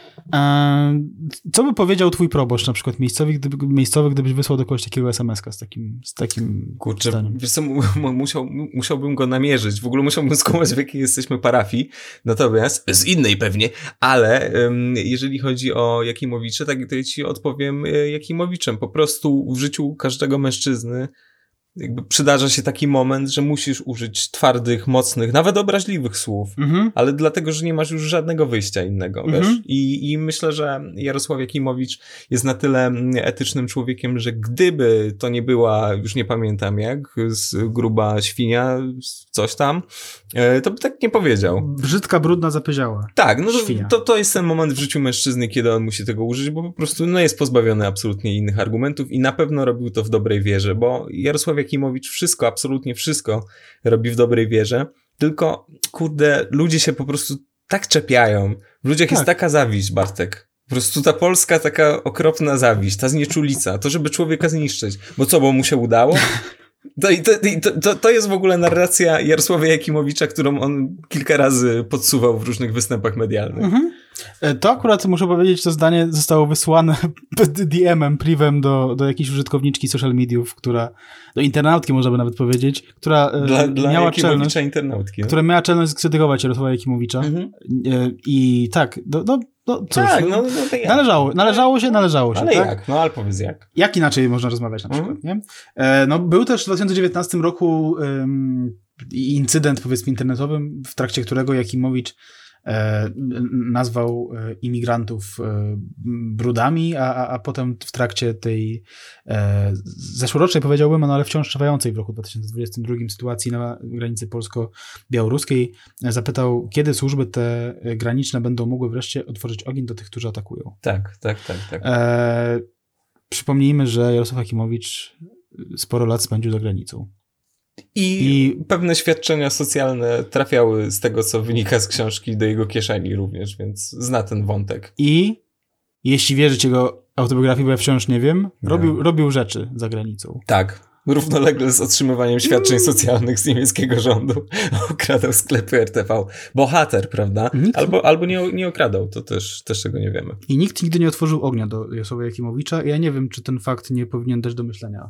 Co by powiedział twój proboszcz na przykład miejscowy, gdybyś wysłał do kogoś takiego SMS-ka z takim Kurczę, zdaniem? Wiesz co, musiałbym go namierzyć. W ogóle musiałbym skumać, w jakiej jesteśmy parafii. Natomiast, z innej pewnie, ale jeżeli chodzi o Jakimowicze, tak to ja ci odpowiem Jakimowiczem. Po prostu w życiu każdego mężczyzny jakby przydarza się taki moment, że musisz użyć twardych, mocnych, nawet obraźliwych słów, ale dlatego, że nie masz już żadnego wyjścia innego, wiesz? I myślę, że Jarosław Jakimowicz jest na tyle etycznym człowiekiem, że gdyby to nie była, już nie pamiętam jak, gruba świnia, coś tam, to by tak nie powiedział. Brzydka, brudna, zapiedziała. Tak, no to jest ten moment w życiu mężczyzny, kiedy on musi tego użyć, bo po prostu jest pozbawiony absolutnie innych argumentów i na pewno robił to w dobrej wierze, bo Jarosław Jakimowicz wszystko, absolutnie wszystko robi w dobrej wierze, tylko kurde, ludzie się po prostu tak czepiają. W ludziach jest taka zawiść, Bartek. Po prostu ta polska taka okropna zawiść, ta znieczulica, to żeby człowieka zniszczyć. Bo mu się udało? To jest w ogóle narracja Jarosława Jakimowicza, którą on kilka razy podsuwał w różnych występach medialnych. To akurat muszę powiedzieć, to zdanie zostało wysłane DM-em, privem do jakiejś użytkowniczki social mediów, do internautki można by nawet powiedzieć, która dla miała czelność, internautki. Która miała czelność skrytykować Jarosława Jakimowicza. I tak, cóż, tak, należało się. Ale tak? jak? No ale powiedz jak. Jak inaczej można rozmawiać na przykład, nie? Był też w 2019 roku incydent, powiedzmy, internetowy, w trakcie którego Jakimowicz nazwał imigrantów brudami, a potem w trakcie tej zeszłorocznej, powiedziałbym, ale wciąż trwającej w roku 2022 sytuacji na granicy polsko-białoruskiej zapytał, kiedy służby te graniczne będą mogły wreszcie otworzyć ogień do tych, którzy atakują. Tak. Przypomnijmy, że Jarosław Jakimowicz sporo lat spędził za granicą. I pewne świadczenia socjalne trafiały z tego, co wynika z książki, do jego kieszeni również, więc zna ten wątek. I jeśli wierzyć jego autobiografii, bo ja wciąż nie wiem, robił rzeczy za granicą. Tak. Równolegle z otrzymywaniem świadczeń socjalnych z niemieckiego rządu okradał sklepy RTV. Bohater, prawda? Albo nie okradał, to też tego nie wiemy. I nikt nigdy nie otworzył ognia do Jarosława Jakimowicza. Ja nie wiem, czy ten fakt nie powinien dać do myślenia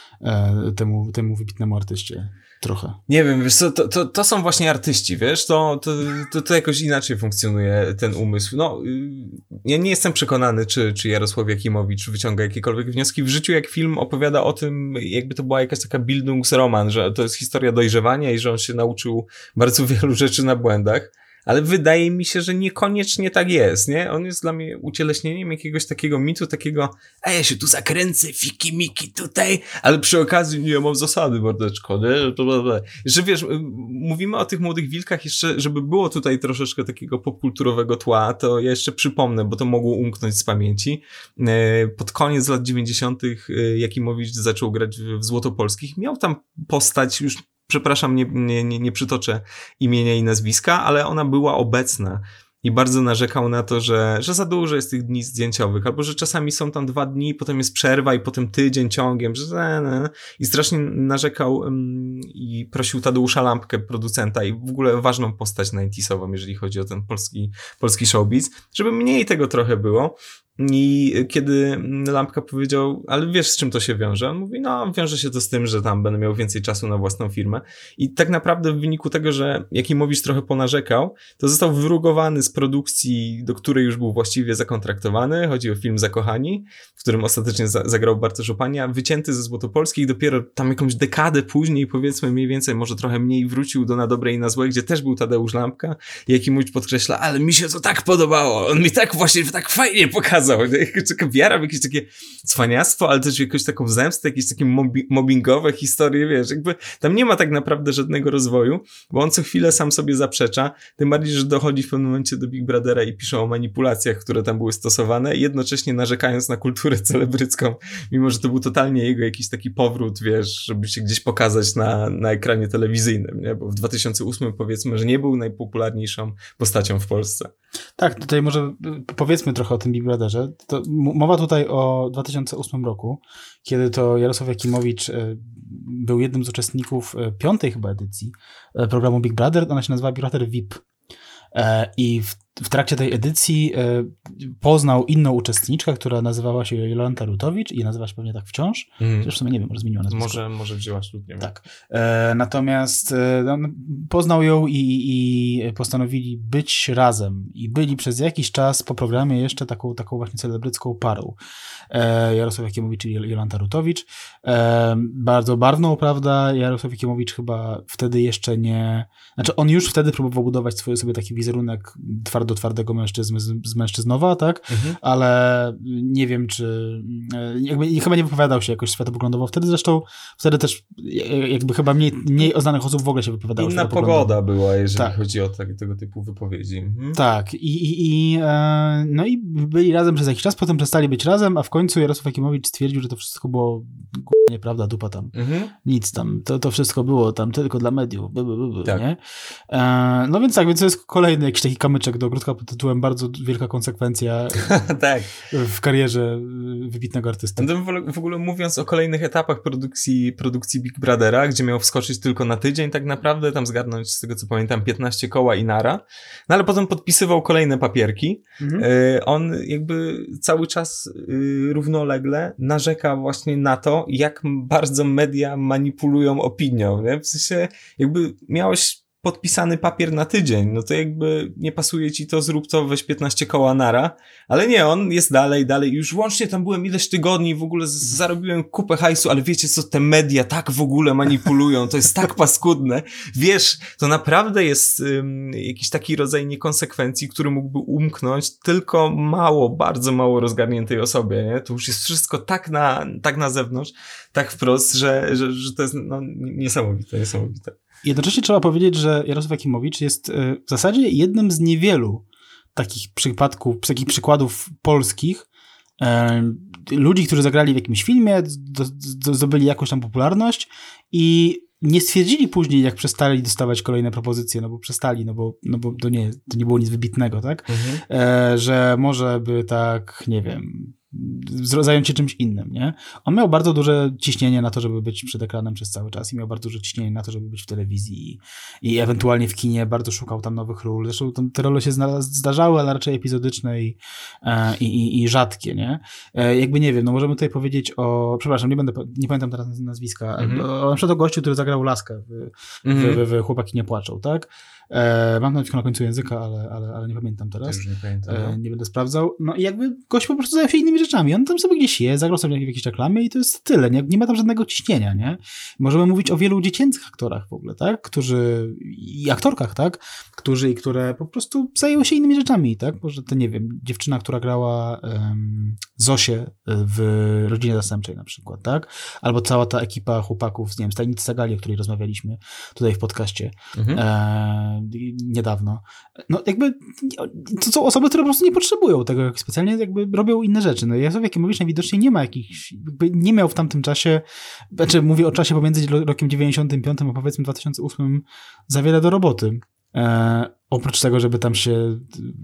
temu wybitnemu artyście. Trochę. Nie wiem, wiesz co, to są właśnie artyści, wiesz, to jakoś inaczej funkcjonuje ten umysł. No, ja nie jestem przekonany, czy Jarosław Jakimowicz wyciąga jakiekolwiek wnioski w życiu, jak film opowiada o tym, jakby to była jakaś taka Bildungsroman, że to jest historia dojrzewania i że on się nauczył bardzo wielu rzeczy na błędach. Ale wydaje mi się, że niekoniecznie tak jest, nie? On jest dla mnie ucieleśnieniem jakiegoś takiego mitu, takiego ja się tu zakręcę, fiki-miki tutaj, ale przy okazji nie mam zasady, mordeczko, nie? Że wiesz, mówimy o tych młodych wilkach jeszcze, żeby było tutaj troszeczkę takiego popkulturowego tła, to ja jeszcze przypomnę, bo to mogło umknąć z pamięci. Pod koniec lat 90. Jakimowicz zaczął grać w Złotopolskich. Miał tam postać już, przepraszam, nie przytoczę imienia i nazwiska, ale ona była obecna i bardzo narzekał na to, że za dużo jest tych dni zdjęciowych, albo że czasami są tam 2 dni, potem jest przerwa i potem tydzień ciągiem, i strasznie narzekał i prosił Tadeusza Lampkę, producenta i w ogóle ważną postać 90'sową, jeżeli chodzi o ten polski showbiz, żeby mniej tego trochę było. I kiedy Lampka powiedział, ale wiesz, z czym to się wiąże? On mówi, wiąże się to z tym, że tam będę miał więcej czasu na własną firmę. I tak naprawdę w wyniku tego, że Jakimowicz trochę ponarzekał, to został wyrugowany z produkcji, do której już był właściwie zakontraktowany. Chodzi o film Zakochani, w którym ostatecznie zagrał Bartosz Opania, wycięty ze Złotopolskich, dopiero tam jakąś dekadę później, powiedzmy mniej więcej, może trochę mniej, wrócił do Na dobre i na złe, gdzie też był Tadeusz Lampka. I Jakimowicz podkreśla, ale mi się to tak podobało, on mi tak właśnie tak fajnie pokazał. Taka wiara w jakieś takie cwaniactwo, ale też w jakąś taką zemstę, jakieś takie mobbingowe historie, wiesz, jakby tam nie ma tak naprawdę żadnego rozwoju, bo on co chwilę sam sobie zaprzecza, tym bardziej, że dochodzi w pewnym momencie do Big Brothera i pisze o manipulacjach, które tam były stosowane, jednocześnie narzekając na kulturę celebrycką, mimo że to był totalnie jego jakiś taki powrót, wiesz, żeby się gdzieś pokazać na ekranie telewizyjnym, nie? Bo w 2008 powiedzmy, że nie był najpopularniejszą postacią w Polsce. Tak, tutaj może powiedzmy trochę o tym Big Brotherze. Mowa tutaj o 2008 roku, kiedy to Jarosław Jakimowicz był jednym z uczestników 5. chyba edycji programu Big Brother. Ona się nazywa Big Brother VIP. I w trakcie tej edycji poznał inną uczestniczkę, która nazywała się Jolanta Rutowicz i nazywa się pewnie tak wciąż. Zresztą w sumie nie wiem, może zmieniła nazwisko. Może wzięła ślub, nie wiem. Tak. Natomiast poznał ją i postanowili być razem. I byli przez jakiś czas po programie jeszcze taką właśnie celebrycką parą. Jarosław Jakimowicz i Jolanta Rutowicz. Bardzo barwną, prawda? Jarosław Jakimowicz chyba wtedy jeszcze nie... Znaczy on już wtedy próbował budować sobie taki wizerunek twardego mężczyzny z mężczyznowa, tak? Ale nie wiem, czy... chyba nie wypowiadał się jakoś światopoglądowo. Wtedy też jakby chyba mniej o znanych osób w ogóle się wypowiadało. Inna pogoda była, jeżeli chodzi o tego typu wypowiedzi. Tak. I byli razem przez jakiś czas, potem przestali być razem, a w końcu Jarosław Jakimowicz stwierdził, że to wszystko było nieprawda, dupa tam. Nic tam. To wszystko było tam tylko dla mediów. Tak. Nie? No więc tak, więc to jest kolejny jakiś taki kamyczek do ogródka pod tytułem bardzo wielka konsekwencja Tak. w karierze wybitnego artysty. W ogóle mówiąc o kolejnych etapach produkcji Big Brothera, gdzie miał wskoczyć tylko na tydzień tak naprawdę, tam zgarnąć z tego co pamiętam 15 koła i nara, no ale potem podpisywał kolejne papierki. On jakby cały czas równolegle narzeka właśnie na to, jak bardzo media manipulują opinią, nie? W sensie jakby miałeś podpisany papier na tydzień, no to jakby nie pasuje ci to, zrób to, weź 15 koła nara, ale nie, on jest dalej, już łącznie tam byłem ileś tygodni, w ogóle zarobiłem kupę hajsu, ale wiecie co, te media tak w ogóle manipulują, to jest tak paskudne, wiesz, to naprawdę jest jakiś taki rodzaj niekonsekwencji, który mógłby umknąć tylko bardzo mało rozgarniętej osobie, nie? To już jest wszystko tak na zewnątrz, tak wprost, że to jest no, niesamowite. Jednocześnie trzeba powiedzieć, że Jarosław Jakimowicz jest w zasadzie jednym z niewielu takich przykładów polskich ludzi, którzy zagrali w jakimś filmie, zdobyli jakąś tam popularność i nie stwierdzili później, jak przestali dostawać kolejne propozycje, no bo to nie było nic wybitnego, tak? Że może by tak, nie wiem, zająć się czymś innym, nie? On miał bardzo duże ciśnienie na to, żeby być przed ekranem przez cały czas i miał bardzo duże ciśnienie na to, żeby być w telewizji i ewentualnie w kinie, bardzo szukał tam nowych ról. Zresztą te role się zdarzały, ale raczej epizodyczne i rzadkie, nie? Jakby nie wiem, no możemy tutaj powiedzieć przepraszam, nie pamiętam teraz nazwiska, na przykład o gościu, który zagrał Laskę w Chłopaki nie płaczą, tak? Mam na końcu języka, ale nie pamiętam teraz. Już nie pamiętam. Nie będę sprawdzał. No i jakby gość po prostu zajął się innymi rzeczami. On tam sobie gdzieś jest, zagrał sobie w jakiejś reklamie i to jest tyle. Nie ma tam żadnego ciśnienia, nie? Możemy mówić o wielu dziecięcych aktorach w ogóle, tak? I aktorkach, tak? Które po prostu zajęły się innymi rzeczami, tak? Może to, nie wiem, dziewczyna, która grała Zosię w Rodzinie Zastępczej na przykład, tak? Albo cała ta ekipa chłopaków z, nie wiem, Stajnicy Sagali, o której rozmawialiśmy tutaj w podcaście. Niedawno. No jakby to są osoby, które po prostu nie potrzebują tego jak specjalnie, jakby robią inne rzeczy. No Jarosław Jakimowicz najwidoczniej nie ma jakichś, jakby nie miał w tamtym czasie, mówię o czasie pomiędzy rokiem 95 a powiedzmy 2008 za wiele do roboty. Oprócz tego, żeby tam się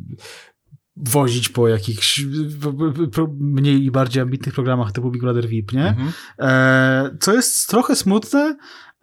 wozić po jakichś mniej i bardziej ambitnych programach typu Big Brother VIP, nie? Co jest trochę smutne,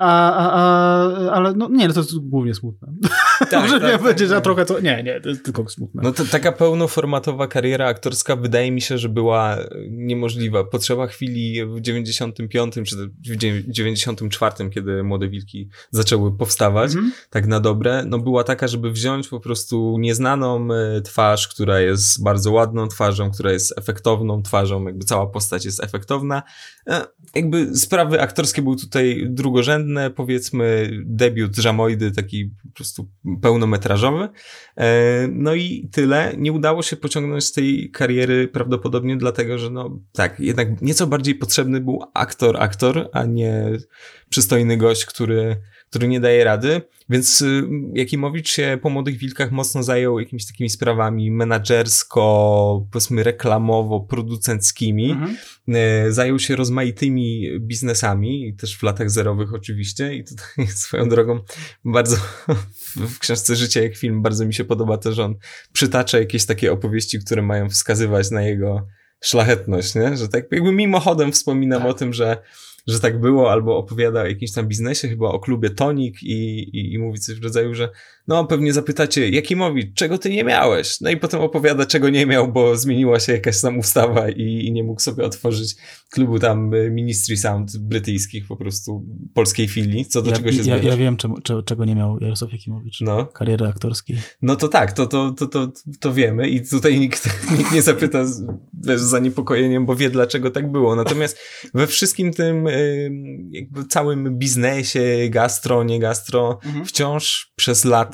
ale no nie, to jest głównie smutne. Tak, może tak, nie będzie, że tak. trochę to... Nie, to jest tylko smutne. No to taka pełnoformatowa kariera aktorska wydaje mi się, że była niemożliwa. Potrzeba chwili w 95 czy w 94, kiedy Młode Wilki zaczęły powstawać, tak na dobre, no była taka, żeby wziąć po prostu nieznaną twarz, która jest bardzo ładną twarzą, która jest efektowną twarzą, jakby cała postać jest efektowna. Jakby sprawy aktorskie były tutaj drugorzędne, powiedzmy debiut Żamojdy, taki po prostu pełnometrażowy. No i tyle. Nie udało się pociągnąć tej kariery prawdopodobnie dlatego, że no tak, jednak nieco bardziej potrzebny był aktor, a nie przystojny gość, który nie daje rady. Więc Jakimowicz się po Młodych Wilkach mocno zajął jakimiś takimi sprawami menadżersko, powiedzmy reklamowo, producenckimi. Zajął się rozmaitymi biznesami, też w latach zerowych oczywiście. I tutaj swoją drogą bardzo w książce Życie jak film bardzo mi się podoba to, że on przytacza jakieś takie opowieści, które mają wskazywać na jego szlachetność, nie? Że tak jakby mimochodem wspominam o tym, że tak było, albo opowiada o jakimś tam biznesie, chyba o klubie Tonik i mówi coś w rodzaju, że no pewnie zapytacie, Jakimowicz, czego ty nie miałeś? No i potem opowiada, czego nie miał, bo zmieniła się jakaś tam ustawa i nie mógł sobie otworzyć klubu tam Ministry Sound brytyjskich, po prostu polskiej filii, co do czego się zmierza. Ja wiem, czego nie miał Jarosław Jakimowicz. No. Kariery aktorskiej. No to tak, to wiemy i tutaj nikt nie zapyta z zaniepokojeniem, bo wie, dlaczego tak było. Natomiast we wszystkim tym jakby całym biznesie, gastro, nie gastro, wciąż przez lata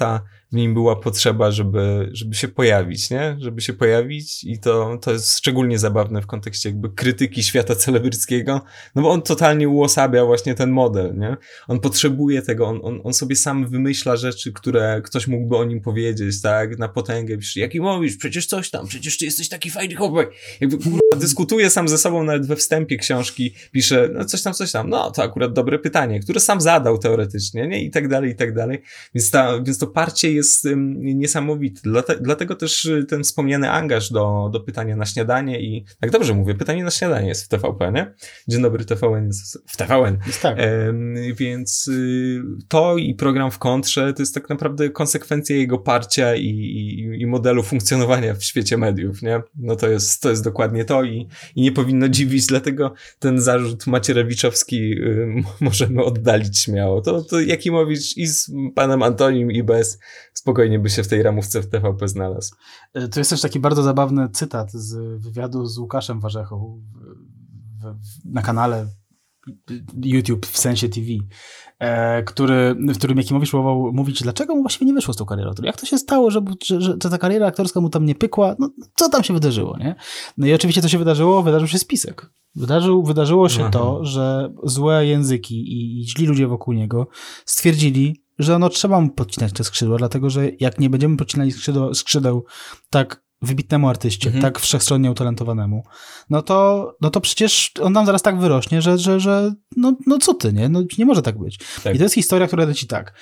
w nim była potrzeba, żeby się pojawić, nie? Żeby się pojawić i to jest szczególnie zabawne w kontekście jakby krytyki świata celebryckiego, no bo on totalnie uosabia właśnie ten model, nie? On potrzebuje tego, on sobie sam wymyśla rzeczy, które ktoś mógłby o nim powiedzieć, tak? Na potęgę, pisze, jaki mówisz, przecież coś tam, przecież ty jesteś taki fajny chłopak. Jakby dyskutuje sam ze sobą, nawet we wstępie książki, pisze, no coś tam, no to akurat dobre pytanie, które sam zadał teoretycznie, nie? I tak dalej. Więc to parcie jest niesamowite. Dlatego też ten wspomniany angaż do pytania na śniadanie i, tak dobrze mówię, pytanie na śniadanie jest w TVP, nie? Dzień dobry, TVN jest w TVN. Jest tak. Więc to i program w kontrze to jest tak naprawdę konsekwencja jego parcia i modelu funkcjonowania w świecie mediów, nie? No to jest dokładnie to i nie powinno dziwić, dlatego ten zarzut macierewiczowski możemy oddalić śmiało. To Jakimowicz i z panem Antonim i bez spokojnie by się w tej ramówce w TVP znalazł. To jest też taki bardzo zabawny cytat z wywiadu z Łukaszem Warzechą na kanale YouTube w Sensie TV, w którym Jakimowicz próbował mówić, dlaczego mu właściwie nie wyszło z tą karierą. Jak to się stało, że ta kariera aktorska mu tam nie pykła? No, co tam się wydarzyło, nie? No i oczywiście co się wydarzyło? Wydarzył się spisek. Wydarzyło się to, że złe języki i źli ludzie wokół niego stwierdzili, że trzeba mu podcinać te skrzydła, dlatego że jak nie będziemy podcinali skrzydeł tak wybitnemu artyście, tak wszechstronnie utalentowanemu, no to przecież on nam zaraz tak wyrośnie, że no co ty, nie? No nie może tak być. Tak. I to jest historia, która leci tak.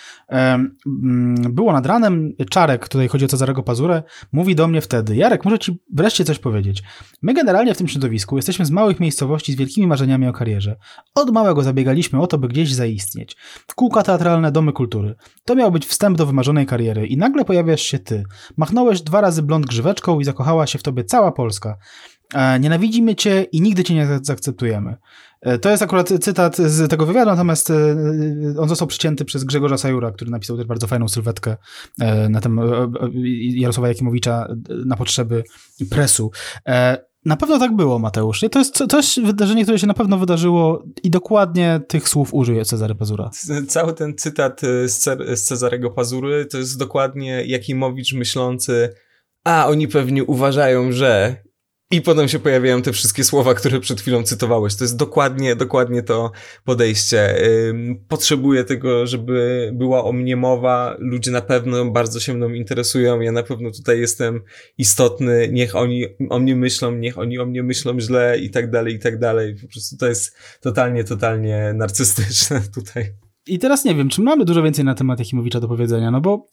Było nad ranem, Czarek, tutaj chodzi o Cezarego Pazurę, mówi do mnie wtedy, Jarek, muszę ci wreszcie coś powiedzieć. My generalnie w tym środowisku jesteśmy z małych miejscowości z wielkimi marzeniami o karierze. Od małego zabiegaliśmy o to, by gdzieś zaistnieć. Kółka teatralne, domy kultury. To miał być wstęp do wymarzonej kariery i nagle pojawiasz się ty. Machnąłeś 2 razy blond grzyweczką i zakochała się w tobie cała Polska. Nienawidzimy cię i nigdy cię nie zaakceptujemy. To jest akurat cytat z tego wywiadu, natomiast on został przycięty przez Grzegorza Sajura, który napisał też bardzo fajną sylwetkę na temat Jarosława Jakimowicza na potrzeby presu. Na pewno tak było, Mateusz. To jest wydarzenie, które się na pewno wydarzyło i dokładnie tych słów użyje Cezary Pazura. Cały ten cytat z Cezarego Pazury to jest dokładnie Jakimowicz myślący, oni pewnie uważają, że... I potem się pojawiają te wszystkie słowa, które przed chwilą cytowałeś. To jest dokładnie to podejście. Potrzebuję tego, żeby była o mnie mowa. Ludzie na pewno bardzo się mną interesują. Ja na pewno tutaj jestem istotny. Niech oni o mnie myślą, niech oni o mnie myślą źle i tak dalej, i tak dalej. Po prostu to jest totalnie narcystyczne tutaj. I teraz nie wiem, czy mamy dużo więcej na temat Jakimowicza do powiedzenia, no bo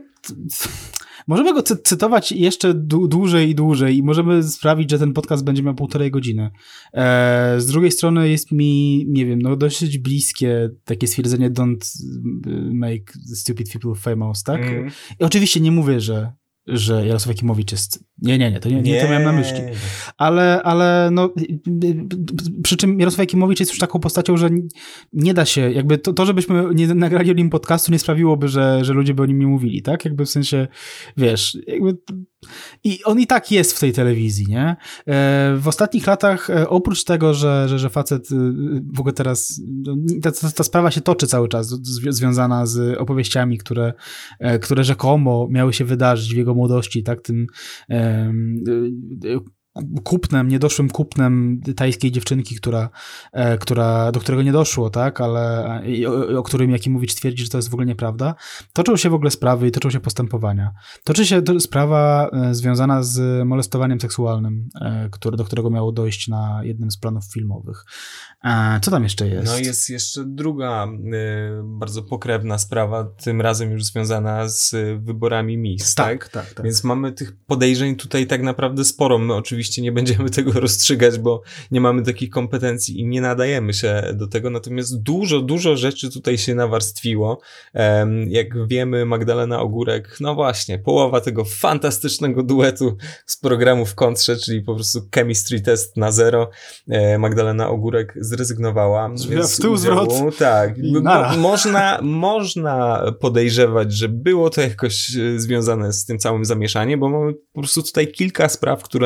możemy go cytować jeszcze dłużej i możemy sprawić, że ten podcast będzie miał 1,5 godziny. Z drugiej strony jest mi, nie wiem, dosyć bliskie takie stwierdzenie don't make stupid people famous, tak? I oczywiście nie mówię, że Jarosław Jakimowicz jest... Nie, to miałem na myśli. Ale przy czym Jarosław Jakimowicz jest już taką postacią, że nie da się, jakby to żebyśmy nie nagrali o nim podcastu, nie sprawiłoby, że ludzie by o nim nie mówili, tak? Jakby w sensie, wiesz, jakby... I on i tak jest w tej telewizji, nie? W ostatnich latach, oprócz tego, że facet w ogóle teraz, ta sprawa się toczy cały czas, związana z opowieściami, które rzekomo miały się wydarzyć w jego młodości, tak? Tym niedoszłym kupnem tajskiej dziewczynki, do którego nie doszło, tak, ale o którym Jakimowicz twierdzi, że to jest w ogóle nieprawda. Toczą się w ogóle sprawy i toczą się postępowania. Toczy się sprawa związana z molestowaniem seksualnym, do którego miało dojść na jednym z planów filmowych. Co tam jeszcze jest? No jest jeszcze druga bardzo pokrewna sprawa, tym razem już związana z wyborami Miss, tak? Więc mamy tych podejrzeń tutaj tak naprawdę sporo. My oczywiście nie będziemy tego rozstrzygać, bo nie mamy takich kompetencji i nie nadajemy się do tego, natomiast dużo rzeczy tutaj się nawarstwiło. Jak wiemy, Magdalena Ogórek, no właśnie, połowa tego fantastycznego duetu z programu w kontrze, czyli po prostu chemistry test na 0. Magdalena Ogórek zrezygnowała. W tył zwrot. Tak. Można podejrzewać, że było to jakoś związane z tym całym zamieszaniem, bo mamy po prostu tutaj kilka spraw, które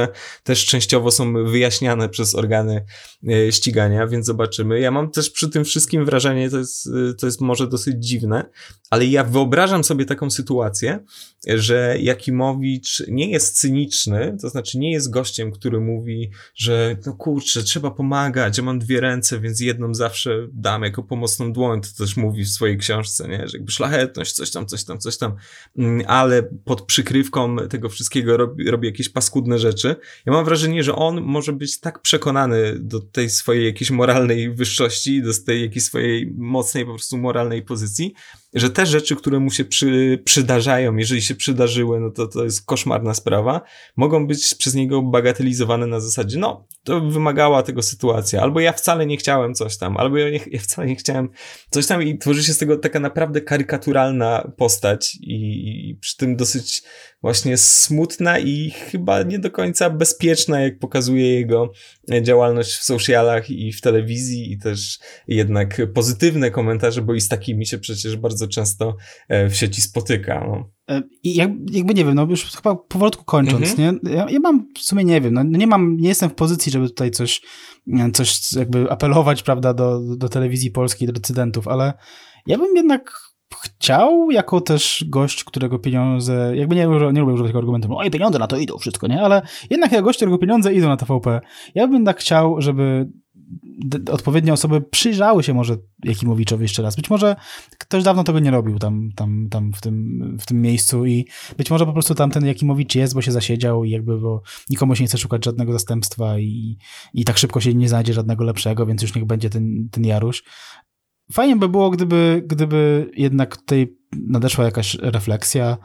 też częściowo są wyjaśniane przez organy ścigania, więc zobaczymy. Ja mam też przy tym wszystkim wrażenie, to jest może dosyć dziwne, ale ja wyobrażam sobie taką sytuację, że Jakimowicz nie jest cyniczny, to znaczy nie jest gościem, który mówi, że no kurczę, trzeba pomagać, ja mam 2 ręce, więc jedną zawsze dam jako pomocną dłoń, to też mówi w swojej książce, nie? Że jakby szlachetność, coś tam, ale pod przykrywką tego wszystkiego robi jakieś paskudne rzeczy. Ja mam wrażenie, że on może być tak przekonany do tej swojej jakiejś moralnej wyższości, do tej jakiejś swojej mocnej po prostu moralnej pozycji, że te rzeczy, które mu się przydarzają, jeżeli się przydarzyły, no to jest koszmarna sprawa, mogą być przez niego bagatelizowane na zasadzie, no, to wymagała tego sytuacja, albo ja wcale nie chciałem coś tam, albo ja wcale nie chciałem coś tam i tworzy się z tego taka naprawdę karykaturalna postać i przy tym dosyć właśnie smutna i chyba nie do końca bezpieczna, jak pokazuje jego działalność w socialach i w telewizji i też jednak pozytywne komentarze, bo i z takimi się przecież bardzo często w sieci spotyka. No. I jakby nie wiem, no już chyba powolutku kończąc, nie? Ja mam w sumie nie wiem, no nie jestem w pozycji, żeby tutaj coś jakby apelować, prawda, do telewizji polskiej, do decydentów, ale ja bym jednak chciał, jako też gość, którego pieniądze, jakby nie lubię używać tego argumentu, no i pieniądze na to idą, wszystko, nie? Ale jednak jako gość, którego pieniądze idą na TVP, ja bym jednak chciał, żeby odpowiednie osoby przyjrzały się może Jakimowiczowi jeszcze raz. Być może ktoś dawno tego nie robił tam w tym miejscu i być może po prostu tam ten Jakimowicz jest, bo się zasiedział i jakby bo nikomu się nie chce szukać żadnego zastępstwa i tak szybko się nie znajdzie żadnego lepszego, więc już niech będzie ten Jaruś. Fajnie by było, gdyby jednak tutaj nadeszła jakaś refleksja.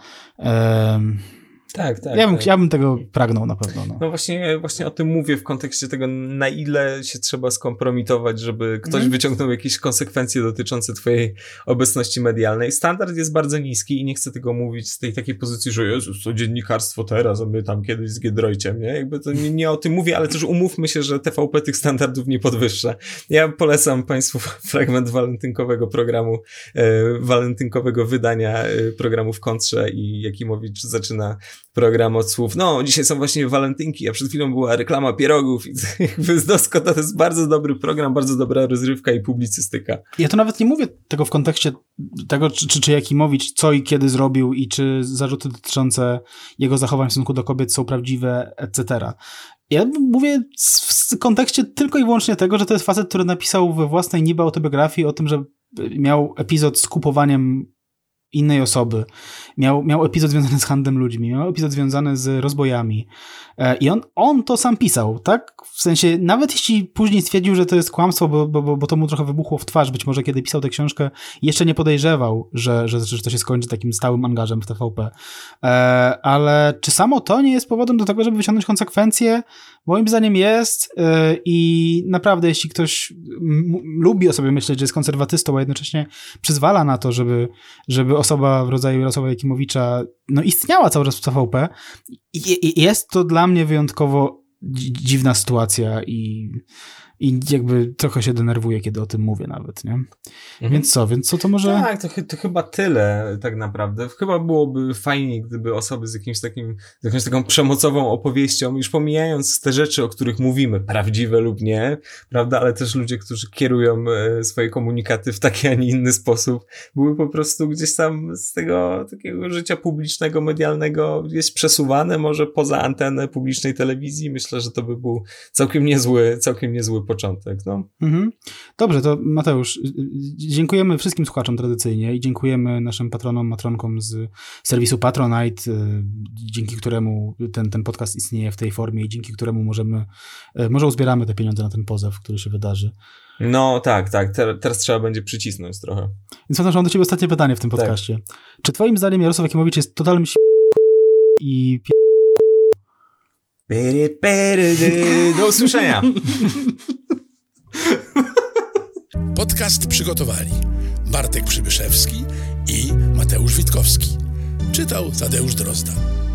Tak. Ja bym tego pragnął na pewno. No właśnie o tym mówię w kontekście tego, na ile się trzeba skompromitować, żeby ktoś wyciągnął jakieś konsekwencje dotyczące twojej obecności medialnej. Standard jest bardzo niski i nie chcę tego mówić z tej takiej pozycji, że Jezus, to dziennikarstwo teraz, a my tam kiedyś z Giedroyciem, nie? Jakby to nie o tym mówię, ale też umówmy się, że TVP tych standardów nie podwyższa. Ja polecam państwu fragment walentynkowego wydania programu W Kontrze i Jakimowicz zaczyna program od słów, no dzisiaj są właśnie walentynki, a przed chwilą była reklama pierogów i jakby to jest bardzo dobry program, bardzo dobra rozrywka i publicystyka. Ja to nawet nie mówię tego w kontekście tego, czy Jakimowicz co i kiedy zrobił i czy zarzuty dotyczące jego zachowań w stosunku do kobiet są prawdziwe, etc. Ja mówię w kontekście tylko i wyłącznie tego, że to jest facet, który napisał we własnej niby autobiografii o tym, że miał epizod z kupowaniem innej osoby. Miał epizod związany z handlem ludźmi, miał epizod związany z rozbojami. I on to sam pisał, tak? W sensie, nawet jeśli później stwierdził, że to jest kłamstwo, bo to mu trochę wybuchło w twarz, być może kiedy pisał tę książkę, jeszcze nie podejrzewał, że to się skończy takim stałym angażem w TVP. Ale czy samo to nie jest powodem do tego, żeby wyciągnąć konsekwencje? Moim zdaniem jest i naprawdę, jeśli ktoś lubi o sobie myśleć, że jest konserwatystą, a jednocześnie przyzwala na to, żeby osoba w rodzaju Jarosława Jakimowicza istniała cały czas w TVP, jest to dla mnie wyjątkowo dziwna sytuacja i jakby trochę się denerwuję, kiedy o tym mówię nawet, nie? Więc co to może... Tak, to chyba tyle tak naprawdę. Chyba byłoby fajnie, gdyby osoby z jakąś taką przemocową opowieścią, już pomijając te rzeczy, o których mówimy, prawdziwe lub nie, prawda, ale też ludzie, którzy kierują swoje komunikaty w taki, a nie inny sposób, były po prostu gdzieś tam z tego takiego życia publicznego, medialnego gdzieś przesuwane, może poza antenę publicznej telewizji. Myślę, że to by był całkiem niezły początek, no. Dobrze, to Mateusz, dziękujemy wszystkim słuchaczom tradycyjnie i dziękujemy naszym patronom, matronkom z serwisu Patronite, dzięki któremu ten podcast istnieje w tej formie i dzięki któremu może uzbieramy te pieniądze na ten pozew, który się wydarzy. No tak, teraz trzeba będzie przycisnąć trochę. Więc Mateusz, mam do ciebie ostatnie pytanie w tym podcaście. Tak. Czy twoim zdaniem Jarosław Jakimowicz jest totalnym i do usłyszenia. Podcast przygotowali Bartek Przybyszewski i Mateusz Witkowski. Czytał Tadeusz Drozda.